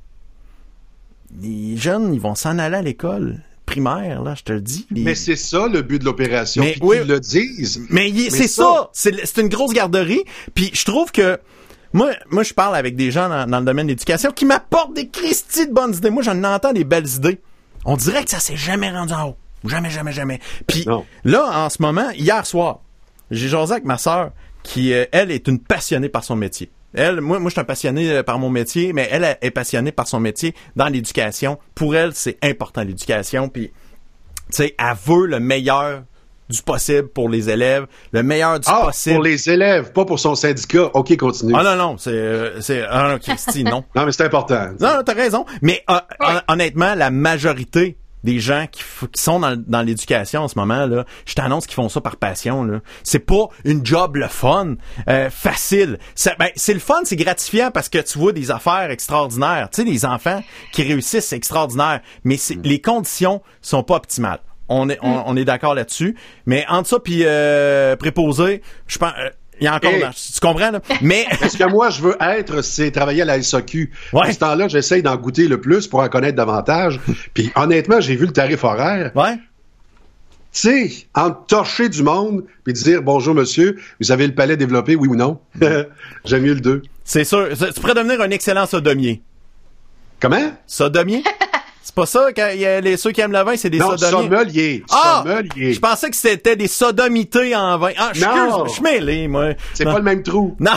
Les jeunes, ils vont s'en aller à l'école primaire, là, je te le dis. Les...
Mais c'est ça, le but de l'opération,
mais,
puis
oui,
qu'ils le disent.
Mais, mais c'est ça, ça. C'est, c'est une grosse garderie, puis je trouve que Moi, moi, je parle avec des gens dans, dans le domaine de l'éducation qui m'apportent des cristis de bonnes idées. Moi, j'en entends des belles idées. On dirait que ça s'est jamais rendu en haut. Jamais, jamais, jamais. Puis là, en ce moment, hier soir, j'ai jasé avec ma sœur qui, euh, elle, est une passionnée par son métier. Elle, moi, moi, je suis un passionné par mon métier, mais elle est passionnée par son métier dans l'éducation. Pour elle, c'est important, l'éducation. Puis, tu sais, elle veut le meilleur du possible pour les élèves, le meilleur du
ah,
possible.
Pour les élèves, pas pour son syndicat. OK, continue.
Ah non, non, c'est... c'est ah non, Christy, non.
Non, mais c'est important.
Non, non, t'as raison. Mais euh, hon- honnêtement, la majorité des gens qui, f- qui sont dans, dans l'éducation en ce moment, là, je t'annonce qu'ils font ça par passion. Là. C'est pas une job le fun, euh, facile. Ça, ben, c'est le fun, c'est gratifiant parce que tu vois des affaires extraordinaires. Tu sais, les enfants qui réussissent, c'est extraordinaire. Mais c'est, mm. les conditions sont pas optimales. On est, on, on est d'accord là-dessus. Mais entre ça puis euh, préposé, je pense, euh, il y a encore, hey. dans, tu comprends là. Mais
ce que moi je veux être, c'est travailler à la S A Q.
Ouais.
À ce temps-là, j'essaye d'en goûter le plus pour en connaître davantage. Puis honnêtement, j'ai vu le tarif horaire.
Ouais.
Tu sais, entorcher du monde puis dire bonjour monsieur, vous avez le palais développé, oui ou non? J'aime mieux le deux.
C'est sûr. Tu pourrais devenir un excellent sodommier.
Comment?
Sodommier? C'est pas ça, quand y a les, ceux qui aiment le vin, c'est des
non,
sodomiers.
Sommelier.
Ah!
Sommelier.
Je pensais que c'était des sodomités en vin. Ah, je suis mêlé, moi.
C'est
non.
pas le même trou.
Non.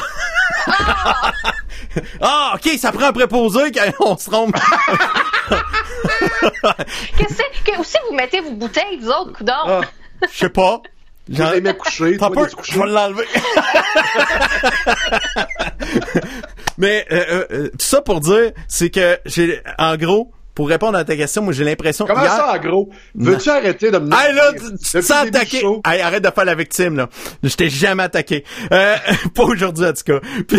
Ah, OK, ça prend un préposé qu'on se trompe.
Qu'est-ce que, aussi vous mettez vos bouteilles, vous autres, coudons?
Ah, je sais pas.
Je les mets couchés.
T'as peur? Je vais l'enlever. Mais euh, euh, tout ça pour dire, c'est que j'ai, en gros, pour répondre à ta question, moi j'ai l'impression.
Comment
hier...
ça, en gros? Veux-tu non. arrêter de me
dire? Hey, là, tu, tu te sens attaqué. Hey, arrête de faire la victime, là. Je t'ai jamais attaqué. Euh, pas aujourd'hui, en tout cas. Puis...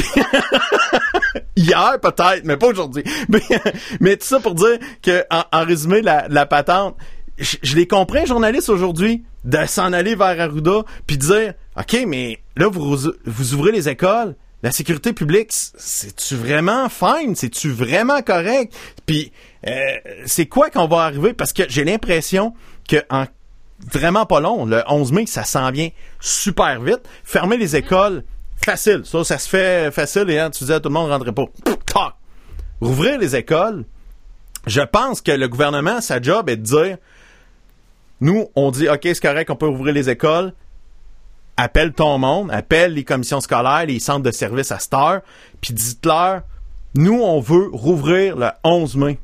hier, peut-être, mais pas aujourd'hui. Mais, mais tout ça pour dire que, en, en résumé, la, la patente, je, je l'ai compris, un journaliste aujourd'hui, de s'en aller vers Arruda, puis dire, OK, mais là, vous, vous ouvrez les écoles, la sécurité publique, c'est-tu vraiment fine? C'est-tu vraiment correct? Puis, euh, c'est quoi qu'on va arriver? Parce que j'ai l'impression que en vraiment pas long, le onze mai, ça s'en vient super vite. Fermer les écoles, facile. Ça, ça se fait facile. Et hein, tu disais à tout le monde, ne rentrait pas. Tac! Rouvrir les écoles, je pense que le gouvernement, sa job est de dire, nous, on dit, OK, c'est correct, on peut ouvrir les écoles. Appelle ton monde, appelle les commissions scolaires, les centres de services à cette heure, puis dites-leur, nous, on veut rouvrir le onze mai.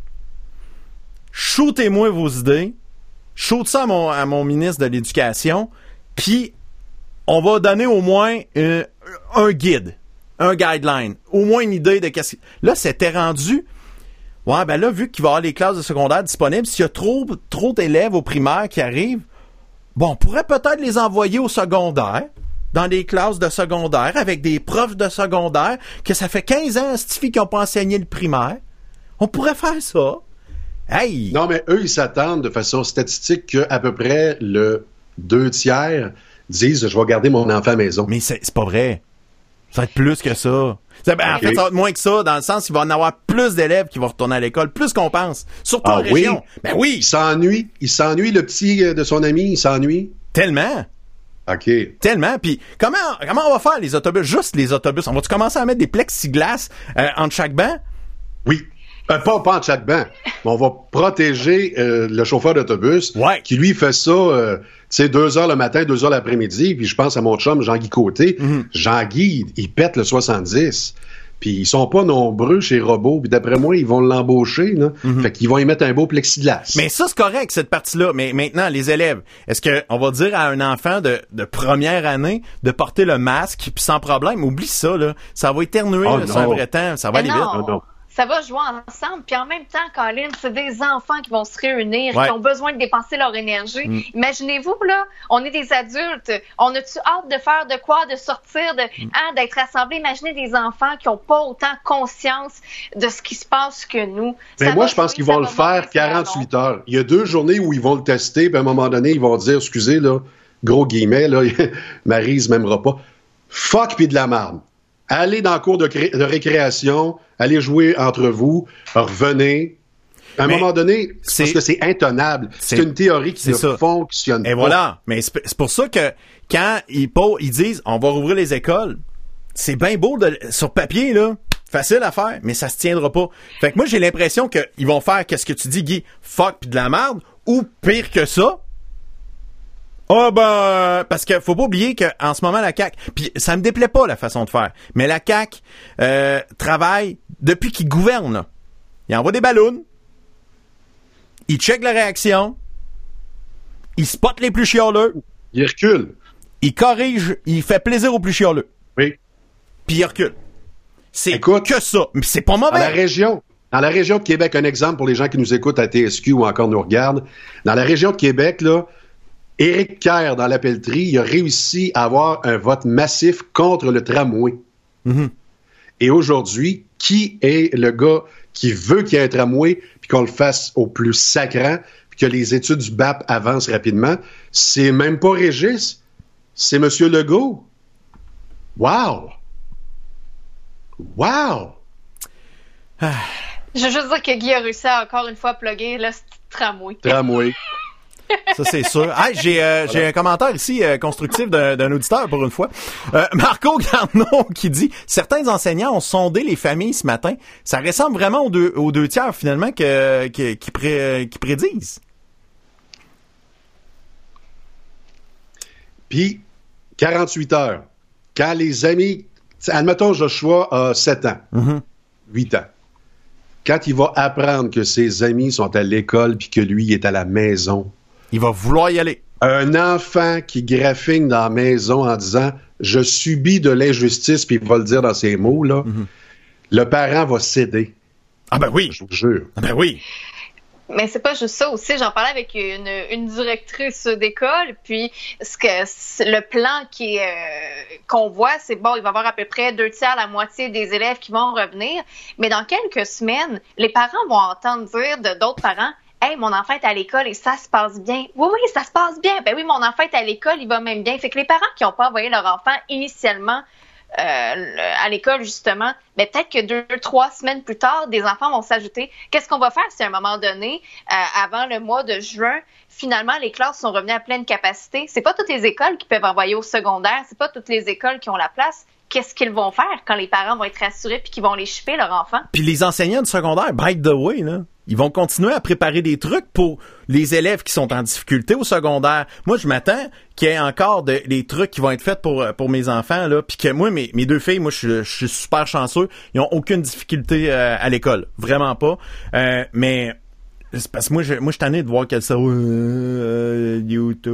Shootez-moi vos idées, shoot ça à mon, à mon ministre de l'Éducation, puis on va donner au moins euh, un guide, un guideline, au moins une idée de qu'est-ce que... Là, c'était rendu... Ouais, ben là, vu qu'il va y avoir les classes de secondaire disponibles, s'il y a trop, trop d'élèves au primaire qui arrivent, bon, on pourrait peut-être les envoyer au secondaire, dans des classes de secondaire, avec des profs de secondaire, que ça fait quinze ans, Stifi, qui n'ont pas enseigné le primaire. On pourrait faire ça. Hey!
Non, mais eux, ils s'attendent de façon statistique qu'à peu près le deux tiers disent « Je vais garder mon enfant à la maison ».
Mais c'est, c'est pas vrai. Ça va être plus que ça. Ben, okay. En fait, ça va être moins que ça, dans le sens qu'il va en avoir plus d'élèves qui vont retourner à l'école, plus qu'on pense. Surtout ah, en
oui?
région. Ben oui!
Il s'ennuie. Il s'ennuie, le petit de son ami, il s'ennuie.
Tellement.
OK.
Tellement. Puis comment, comment on va faire les autobus? Juste les autobus. On va-tu commencer à mettre des plexiglas euh, entre chaque banc?
Oui. Euh, pas, pas entre chaque banc. Mais on va protéger euh, le chauffeur d'autobus
ouais.
qui, lui, fait ça... Euh, tu sais, deux heures le matin, deux heures l'après-midi, puis je pense à mon chum Jean-Guy Côté. Mm-hmm. Jean-Guy, il pète le soixante-dix. Puis ils sont pas nombreux chez Robot, puis d'après moi, ils vont l'embaucher, là. Mm-hmm. Fait qu'ils vont y mettre un beau plexiglas.
Mais ça, c'est correct, cette partie-là. Mais maintenant, les élèves, est-ce que on va dire à un enfant de, de première année de porter le masque, puis sans problème? Oublie ça, là. Ça va éternuer,
oh,
là, sur un vrai temps. Ça va aller
non.
vite.
Non, non.
Ça va jouer ensemble. Puis en même temps, Colin, c'est des enfants qui vont se réunir,
ouais.
qui ont besoin de dépenser leur énergie. Mm. Imaginez-vous, là, on est des adultes. On a-tu hâte de faire de quoi, de sortir, de, mm. hein, d'être rassemblés? Imaginez des enfants qui n'ont pas autant conscience de ce qui se passe que nous.
Mais
ça
moi,
va
je pense
jouer,
qu'ils vont le faire quarante-huit heures. Il y a deux journées où ils vont le tester, puis à un moment donné, ils vont dire, excusez, là, gros guillemets, là, Maryse m'aimera pas. Fuck pis de la marde. Allez dans le cours de, cré- de récréation, allez jouer entre vous, revenez. À un mais moment donné, c'est parce que c'est intenable. C'est, c'est une théorie qui ne ça. fonctionne
Et pas. Et voilà. Mais c'est, c'est pour ça que quand ils, ils disent on va rouvrir les écoles, c'est bien beau de, sur papier, là. Facile à faire, mais ça se tiendra pas. Fait que moi, j'ai l'impression qu'ils vont faire qu'est-ce que tu dis, Guy, fuck pis de la merde, ou pire que ça. Ah oh ben, parce que faut pas oublier qu'en ce moment, la C A Q, puis ça me déplaît pas la façon de faire, mais la C A Q euh, travaille depuis qu'il gouverne. Là. Il envoie des ballons, il check la réaction, il spot les plus chialeux,
il recule,
il corrige, il fait plaisir aux plus chialeux.
Oui.
Puis il recule. C'est
Écoute,
que ça, mais c'est pas mauvais.
Dans la région, dans la région de Québec, un exemple pour les gens qui nous écoutent à T S Q ou encore nous regardent, dans la région de Québec, là, Éric Kerr, dans la pelleterie, il a réussi à avoir un vote massif contre le tramway. Mm-hmm. Et aujourd'hui, qui est le gars qui veut qu'il y ait un tramway puis qu'on le fasse au plus sacrant puis que les études du B A P avancent rapidement? C'est même pas Régis, c'est M. Legault. Wow! Wow!
Ah. Je veux juste dire que Guy a réussi à encore une fois plugger le tramway.
Tramway.
Ça, c'est sûr. Hey, j'ai, euh, voilà. j'ai un commentaire ici euh, constructif d'un, d'un auditeur pour une fois. Euh, Marco Garneau qui dit « Certains enseignants ont sondé les familles ce matin. Ça ressemble vraiment aux deux, aux deux tiers, finalement, que, que, qui, pré, qui prédisent. »
Puis, quarante-huit heures. Quand les amis... Admettons, Joshua a sept ans, mm-hmm. huit ans. Quand il va apprendre que ses amis sont à l'école puis que lui est à la maison...
Il va vouloir y aller.
Un enfant qui graffine dans la maison en disant « Je subis de l'injustice », puis il va le dire dans ses mots, là, mm-hmm. le parent va céder.
Ah ben oui.
Je vous jure.
Ah ben oui.
Mais c'est pas juste ça aussi. J'en parlais avec une, une directrice d'école, puis ce que le plan qui est, euh, qu'on voit, c'est bon, il va y avoir à peu près deux tiers, la moitié des élèves qui vont revenir. Mais dans quelques semaines, les parents vont entendre dire de d'autres parents « Hey, mon enfant est à l'école et ça se passe bien. » Oui, oui, ça se passe bien. Ben oui, mon enfant est à l'école, il va même bien. Fait que les parents qui n'ont pas envoyé leur enfant initialement euh, à l'école, justement, ben peut-être que deux, trois semaines plus tard, des enfants vont s'ajouter. Qu'est-ce qu'on va faire si à un moment donné, euh, avant le mois de juin, finalement, les classes sont revenues à pleine capacité? C'est pas toutes les écoles qui peuvent envoyer au secondaire. C'est pas toutes les écoles qui ont la place. Qu'est-ce qu'ils vont faire quand les parents vont être rassurés puis qu'ils vont les chipper, leur enfant? Puis
les enseignants du secondaire, by the way, là, ils vont continuer à préparer des trucs pour les élèves qui sont en difficulté au secondaire. Moi, je m'attends qu'il y ait encore de, des trucs qui vont être faits pour pour mes enfants, là, puis que moi, mes, mes deux filles, moi, je, je suis super chanceux. Ils ont aucune difficulté euh, à l'école. Vraiment pas. Euh, mais... C'est parce que moi, je, moi, je suis tanné de voir qu'elle ça euh, YouTube.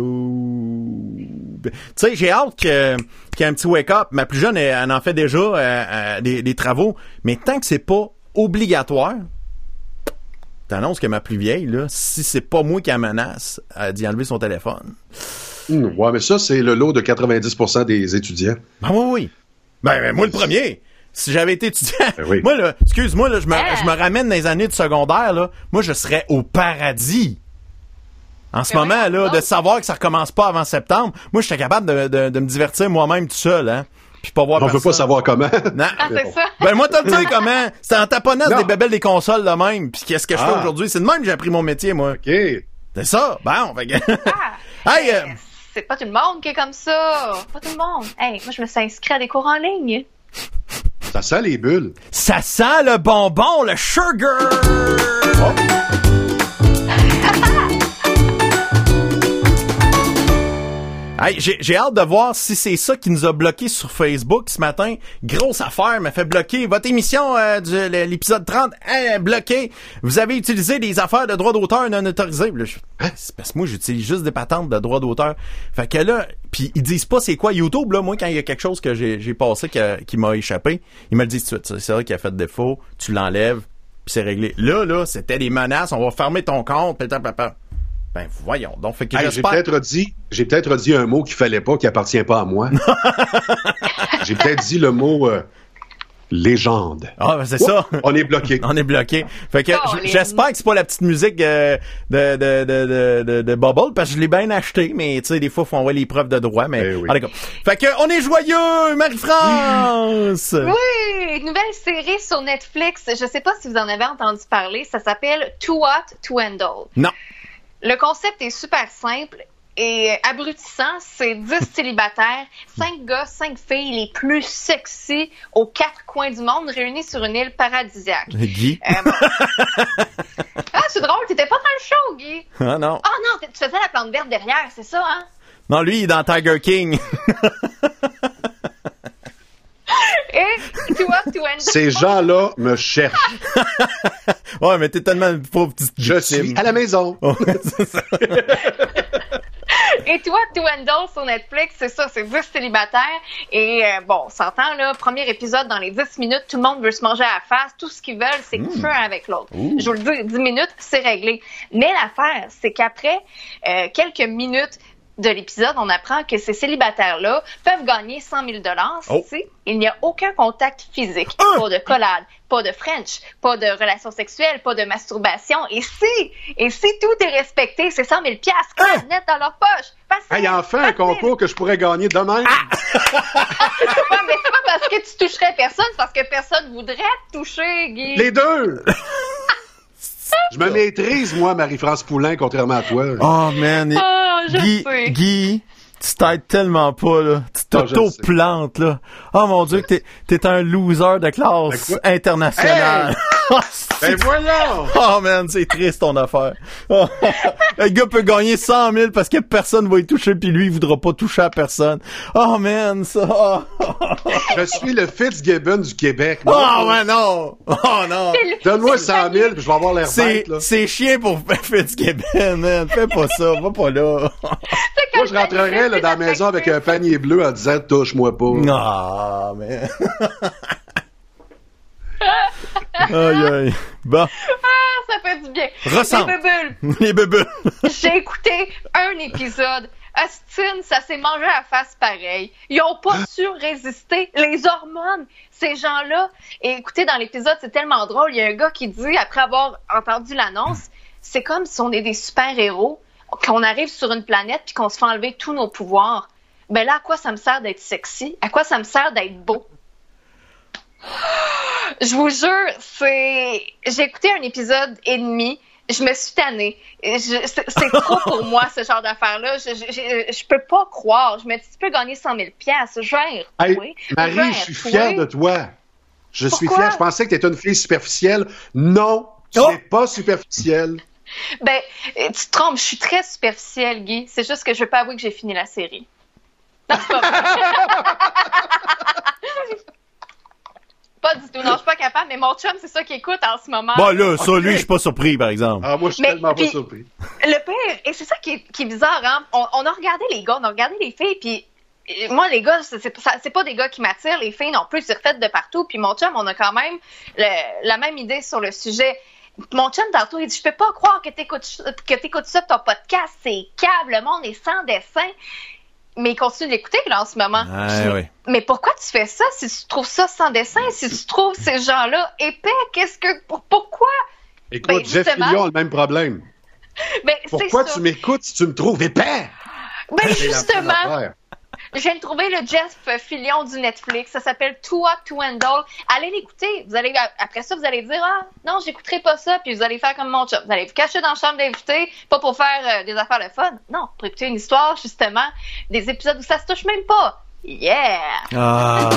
Tu sais, j'ai hâte que, qu'il y ait un petit wake-up. Ma plus jeune, elle, elle en fait déjà euh, euh, des, des travaux. Mais tant que c'est pas obligatoire, t'annonces que ma plus vieille, là, si c'est pas moi qui la menace, elle dit enlever son téléphone.
Mmh, ouais, mais ça, c'est le lot de quatre-vingt-dix pour cent des étudiants.
Ben oui, oui. Ben, ben moi, le premier. Si j'avais été étudiant,
ben oui.
moi, là, excuse-moi, là, je me, ah. je me ramène dans les années de secondaire, là, moi, je serais au paradis. En ce ben moment, oui, là, non. de savoir que ça recommence pas avant septembre, moi, je serais capable de, de, de me divertir moi-même tout seul, hein. Puis pas voir
On
personne.
veut pas savoir comment.
Non.
Ah, c'est ça.
Ben, moi, t'as le sais comment. C'est en taponnant des bébelles des consoles de même. Puis qu'est-ce que je ah. fais aujourd'hui? C'est de même que j'ai appris mon métier, moi.
OK.
C'est ça. Bon, fait que...
ah.
Hey, euh...
c'est pas tout le monde qui est comme ça. Pas tout le monde. Hey, moi, je me suis inscrit à des cours en ligne.
Ça sent les bulles.
Ça sent le bonbon, le sugar! Oh. Hey, j'ai, j'ai hâte de voir si c'est ça qui nous a bloqué sur Facebook ce matin. Grosse affaire, m'a fait bloquer. Votre émission euh, de l'épisode trente, hein, bloqué. Vous avez utilisé des affaires de droits d'auteur non autorisées. Là, je, hein? C'est parce que moi, j'utilise juste des patentes de droits d'auteur. Fait que là, puis ils disent pas c'est quoi YouTube. Là, moi, quand il y a quelque chose que j'ai, j'ai passé qui, a, qui m'a échappé, ils me le disent tout de suite. C'est vrai qu'il a fait défaut, tu l'enlèves, puis c'est réglé. Là, là, c'était des menaces. On va fermer ton compte, papa, papa. Ben voyons donc. Fait que
hey, j'ai peut-être dit, j'ai peut-être dit un mot qu'il fallait pas, qui appartient pas à moi. J'ai peut-être dit le mot euh, légende.
Ah ben c'est
Oups,
ça.
On est bloqué.
On est bloqué. Fait que
oh,
j- j'espère que c'est pas la petite musique euh, de, de, de, de, de, de Bubble, parce que je l'ai bien acheté, mais tu sais, des fois, faut envoyer les preuves de droit, mais.
Eh oui.
Ah, d'accord. Fait que on est joyeux, Marie-France!
Oui, une nouvelle série sur Netflix. Je sais pas si vous en avez entendu parler. Ça s'appelle Too Hot to Handle.
Non.
Le concept est super simple et abrutissant. C'est dix célibataires, cinq gars, cinq filles les plus sexy aux quatre coins du monde réunis sur une île paradisiaque.
Guy?
Euh, bon. Ah, c'est drôle, t'étais pas dans le show, Guy.
Ah non.
Ah non, tu faisais la plante verte derrière, c'est ça, hein?
Non, lui, il est dans Tiger King.
Et Too Hot to Handle.
Ces gens-là me cherchent.
Ouais, mais t'es tellement une pauvre petite
Je
victime.
suis à la maison.
Ouais, c'est ça.
Et Too Hot to Handle sur Netflix, c'est ça, c'est dix célibataires. Et euh, bon, on s'entend, là, premier épisode, dans les dix minutes, tout le monde veut se manger à la face. Tout ce qu'ils veulent, c'est coucher un avec l'autre. Je vous le dis, dix minutes, c'est réglé. Mais l'affaire, c'est qu'après euh, quelques minutes de l'épisode, on apprend que ces célibataires-là peuvent gagner cent mille dollars
Oh.
si il n'y a aucun contact physique,
Ah!
pas de collade, pas de French, pas de relations sexuelles, pas de masturbation. Et si, et si tout est respecté, c'est cent mille piastres
Ah!
net dans leur poche. Facile,
Hey, enfin un
facile.
concours que je pourrais gagner demain.
Ouais, mais c'est pas parce que tu toucherais personne, c'est parce que personne voudrait te toucher, Guy.
Les deux. Je me maîtrise, moi, Marie-France Poulain, contrairement à toi.
Oh, man.
Oh, je
Guy,
sais.
Guy, tu t'aides tellement pas, là. Tu
Ah, je
t'auto-plantes, là. Oh, mon Dieu, que t'es, t'es un loser de classe
Ben, quoi?
internationale.
Ben voyons!
Oh, man, c'est triste, ton affaire. Oh. Le gars peut gagner cent mille parce que personne va y toucher, puis lui, il voudra pas toucher à personne. Oh, man, ça. Oh,
Je suis le Fitzgibbon du Québec.
oh ouais, non. Oh, non.
Donne-moi cent mille, puis je vais avoir l'air
C'est,
bête, là.
c'est chien pour Fitzgibbon, man. Fais pas ça. Va pas là.
Moi, je rentrerais là, dans la maison avec un panier bleu en disant « Touche-moi pas ».
Ah, mais. Aïe, aïe. Bon,
Ah, ça fait du bien.
Ressemble.
Les bubules.
les bébés.
J'ai écouté un épisode. Austin, ça s'est mangé à la face pareil. Ils ont pas su résister. Les hormones, ces gens-là. Et écoutez, dans l'épisode, c'est tellement drôle. Il y a un gars qui dit, après avoir entendu l'annonce, c'est comme si on est des super-héros, qu'on arrive sur une planète puis qu'on se fait enlever tous nos pouvoirs. Ben là, à quoi ça me sert d'être sexy? À quoi ça me sert d'être beau? Je vous jure, c'est... J'ai écouté un épisode et demi. Je me suis tannée. Je... C'est... c'est trop pour moi, ce genre d'affaires-là. Je... Je... Je... je peux pas croire. Je me dis, tu peux gagner cent mille piastres. Je vais
Hey,
retrouver.
Marie, je suis fier de toi. Je suis
Pourquoi?
fier. Je pensais que t'étais une fille superficielle. Non, tu
Oh!
n'es pas superficielle.
Ben, tu te trompes. Je suis très superficielle, Guy. C'est juste que je veux pas avouer que j'ai fini la série. Non, c'est pas vrai. Pas du tout. Non, je suis pas capable. Mais mon chum, c'est ça qu'il écoute en ce moment.
Bon, là, ça, lui, je suis pas surpris, par exemple.
Ah, moi, je suis
Mais,
tellement
puis-
pas surpris.
Le pire, et c'est ça qui est, qui est bizarre, hein? On, on a regardé les gars, on a regardé les filles, puis euh, moi, les gars, c'est, c'est, ça- c'est pas des gars qui m'attirent, les filles non plus, c'est refait de partout, puis mon chum, on a quand même le- la même idée sur le sujet. Mon chum, tantôt, il dit, je peux pas croire que t'écoutes, que t'écoutes ça, ton podcast, c'est câble, le monde est sans dessin. Mais il continue d'écouter, là, en ce moment.
Ah,
Je dis,
oui.
Mais pourquoi tu fais ça si tu trouves ça sans dessin, si tu trouves ces gens-là épais? Qu'est-ce que, pour- pourquoi?
Écoute,
Ben,
Jeff
justement.
Fillion a le même problème.
Ben,
Pourquoi
c'est ça.
tu m'écoutes si tu me trouves épais?
Ben,
C'est la même
justement.
affaire.
Je viens de trouver le Jeff Fillion du Netflix. Ça s'appelle Too Hot to Handle. Allez l'écouter. Vous allez, après ça, vous allez dire, ah, non, j'écouterai pas ça. Puis vous allez faire comme mon chum. Vous allez vous cacher dans la chambre d'invité, pas pour faire euh, des affaires de fun. Non, pour écouter une histoire, justement, des épisodes où ça se touche même pas. Yeah!
Ah.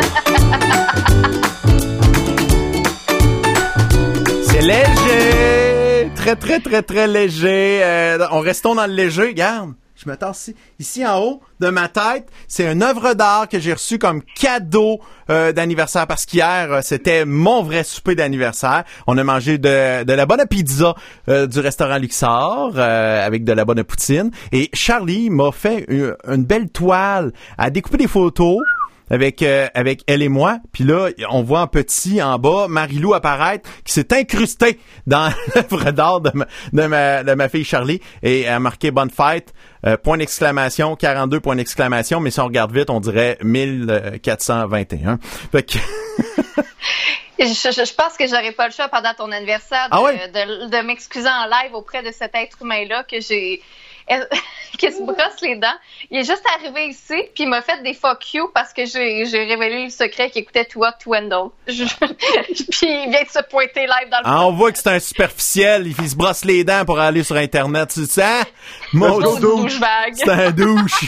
C'est léger. Très, très, très, très léger. Euh, on restons dans le léger. Regarde. je me tasse ici, ici en haut de ma tête, c'est une œuvre d'art que j'ai reçue comme cadeau euh, d'anniversaire parce qu'hier, euh, c'était mon vrai souper d'anniversaire. On a mangé de, de la bonne pizza euh, du restaurant Luxor euh, avec de la bonne poutine. Et Charlie m'a fait une, une belle toile à découper des photos avec euh, avec elle et moi. Puis là, on voit en petit, en bas, Marie-Lou apparaître, qui s'est incrustée dans l'œuvre d'art de ma, de ma, de ma fille Charlie. Et elle a marqué « Bonne fête », euh, point d'exclamation, quarante-deux points d'exclamation. Mais si on regarde vite, on dirait mille quatre cent vingt et un. Fait que...
Je, je, je pense que j'aurais pas le choix pendant ton anniversaire de,
ah ouais?
de, de, de m'excuser en live auprès de cet être humain-là que j'ai... qui se brosse les dents. Il est juste arrivé ici, puis il m'a fait des fuck you parce que j'ai, j'ai révélé le secret qu'il écoutait Too Hot to Handle. Je... puis il vient de se pointer live dans le
ah, on voit que c'est un superficiel. Il se brosse les dents pour aller sur Internet. Tu sais, hein?
Mon douche vague.
C'est un douche.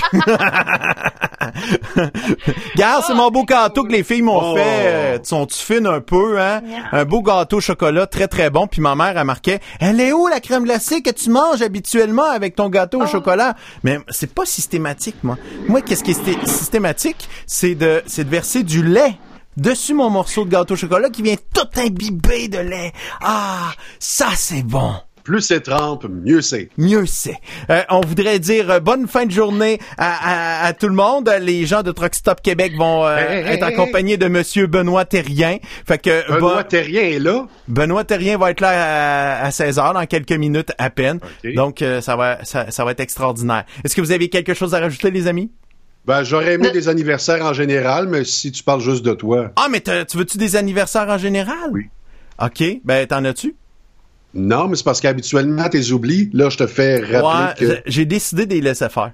Regarde, c'est mon beau gâteau que les filles m'ont oh. fait. Tu sont-tu fines un peu, hein? Yeah. Un beau gâteau au chocolat, très très bon. Puis ma mère, elle marquait, elle est où la crème glacée que tu manges habituellement avec ton gâteau au oh. chocolat? Mais c'est pas systématique, moi. Moi, qu'est-ce qui est systématique? C'est de, c'est de verser du lait dessus mon morceau de gâteau au chocolat qui vient tout imbibé de lait. Ah, ça c'est bon.
Plus c'est trempe, mieux c'est.
Mieux c'est. Euh, on voudrait dire euh, bonne fin de journée à, à, à tout le monde. Les gens de Truck Stop Québec vont euh, hey, hey, être hey, accompagnés hey. de Monsieur Benoît Terrien. Fait que
Benoît
bon,
Terrien est là.
Benoît Terrien va être là à, à seize heures dans quelques minutes à peine. Okay. Donc euh, ça va ça, ça va être extraordinaire. Est-ce que vous avez quelque chose à rajouter, les amis?
Ben, j'aurais aimé des anniversaires en général, mais si tu parles juste de toi.
Ah, mais tu veux-tu des anniversaires en général?
Oui.
OK. Ben, t'en as-tu?
Non, mais c'est parce qu'habituellement, t'es oublies. Là, je te fais rappeler
ouais,
que...
j'ai décidé de les laisser faire.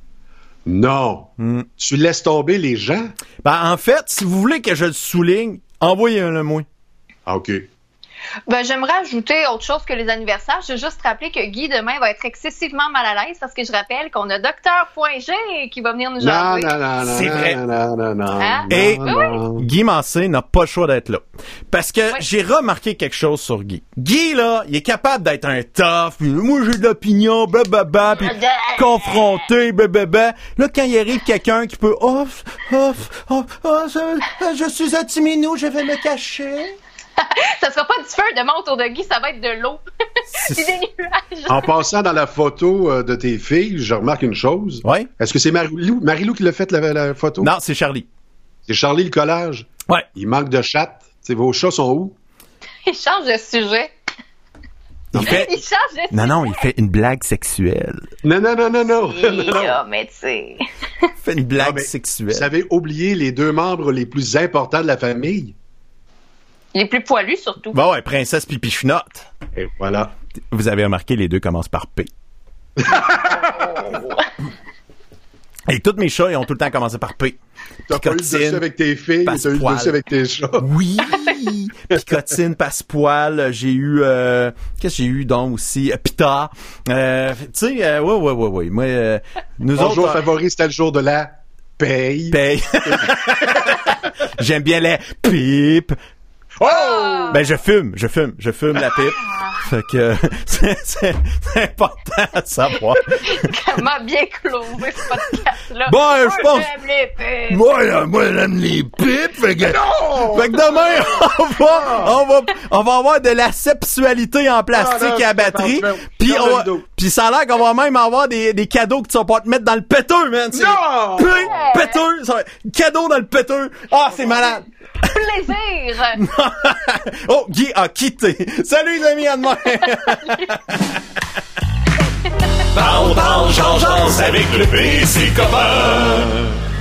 Non. Mm. Tu laisses tomber les gens?
Ben, en fait, si vous voulez que je le souligne, envoyez-le moi.
Ah, OK.
Ben, j'aimerais ajouter autre chose que les anniversaires. Je veux juste rappeler que Guy, demain, va être excessivement mal à l'aise parce que je rappelle qu'on a Docteur G qui va venir nous jaser.
Non, non, non, non.
C'est vrai.
Non, non, non, non.
Hein?
Et
non, non.
Guy Mancé n'a pas le choix d'être là. Parce que oui. j'ai remarqué quelque chose sur Guy. Guy, là, il est capable d'être un tough, puis moi, j'ai de l'opinion, blablabla, puis confronté, blablabla. Là, quand il arrive quelqu'un qui peut, oh, oh, oh, oh, je, je suis un petit minou, je vais me cacher.
Ça sera pas du feu demain autour de Guy, ça va être de l'eau. C'est des nuages.
En passant dans la photo de tes filles, je remarque une chose.
Oui.
Est-ce que c'est Marie-Lou, Marie-Lou qui l'a fait, la, la photo?
Non, c'est Charlie.
C'est Charlie, le collage?
Oui.
Il manque de chatte. T'sais, vos chats sont où?
Il change de sujet.
Il, fait...
il change de sujet.
Non, non, il fait une blague sexuelle.
Non, non, non, non, non.
Et non, non. Mais tu sais.
Il fait une blague
non,
sexuelle.
Vous avez oublié les deux membres les plus importants de la famille?
Les plus poilus, surtout.
Bon, ouais, Princesse puis Pichenotte.
Et voilà.
Vous avez remarqué, les deux commencent par P. Oh. Et tous mes chats, ils ont tout le temps commencé par P.
T'as pas eu le dessus avec tes filles, t'as eu le dessus avec tes chats.
Oui! Picotine, Passepoil, j'ai eu... Euh, qu'est-ce que j'ai eu donc aussi? Euh, Pita. Euh, tu sais, euh, ouais, ouais, ouais, ouais. Moi, euh, nous
Mon
autres...
jour favori, c'était le jour de la paye.
Paye. J'aime bien les pipes.
Oh!
Ben, je fume, je fume, je fume la pipe. Fait que c'est, c'est, c'est important à savoir.
Comment bien closer ce podcast-là?
Bon, moi, je pense...
j'aime les pipes.
Moi, là, moi, j'aime les pipes. Fait que, fait que demain, on va, on va, on va avoir de la sexualité en plastique ah, là, et à batterie. Puis on va, puis ça a l'air qu'on va même avoir des, des cadeaux que tu vas pas te mettre dans le péteux, man. C'est
non!
P, péteux, ça va, cadeau dans le péteux. Ah, c'est malade.
Plaisir!
Oh, Guy a quitté. Salut les amis, à demain!
Parle, parle, change, change avec le P C Copain.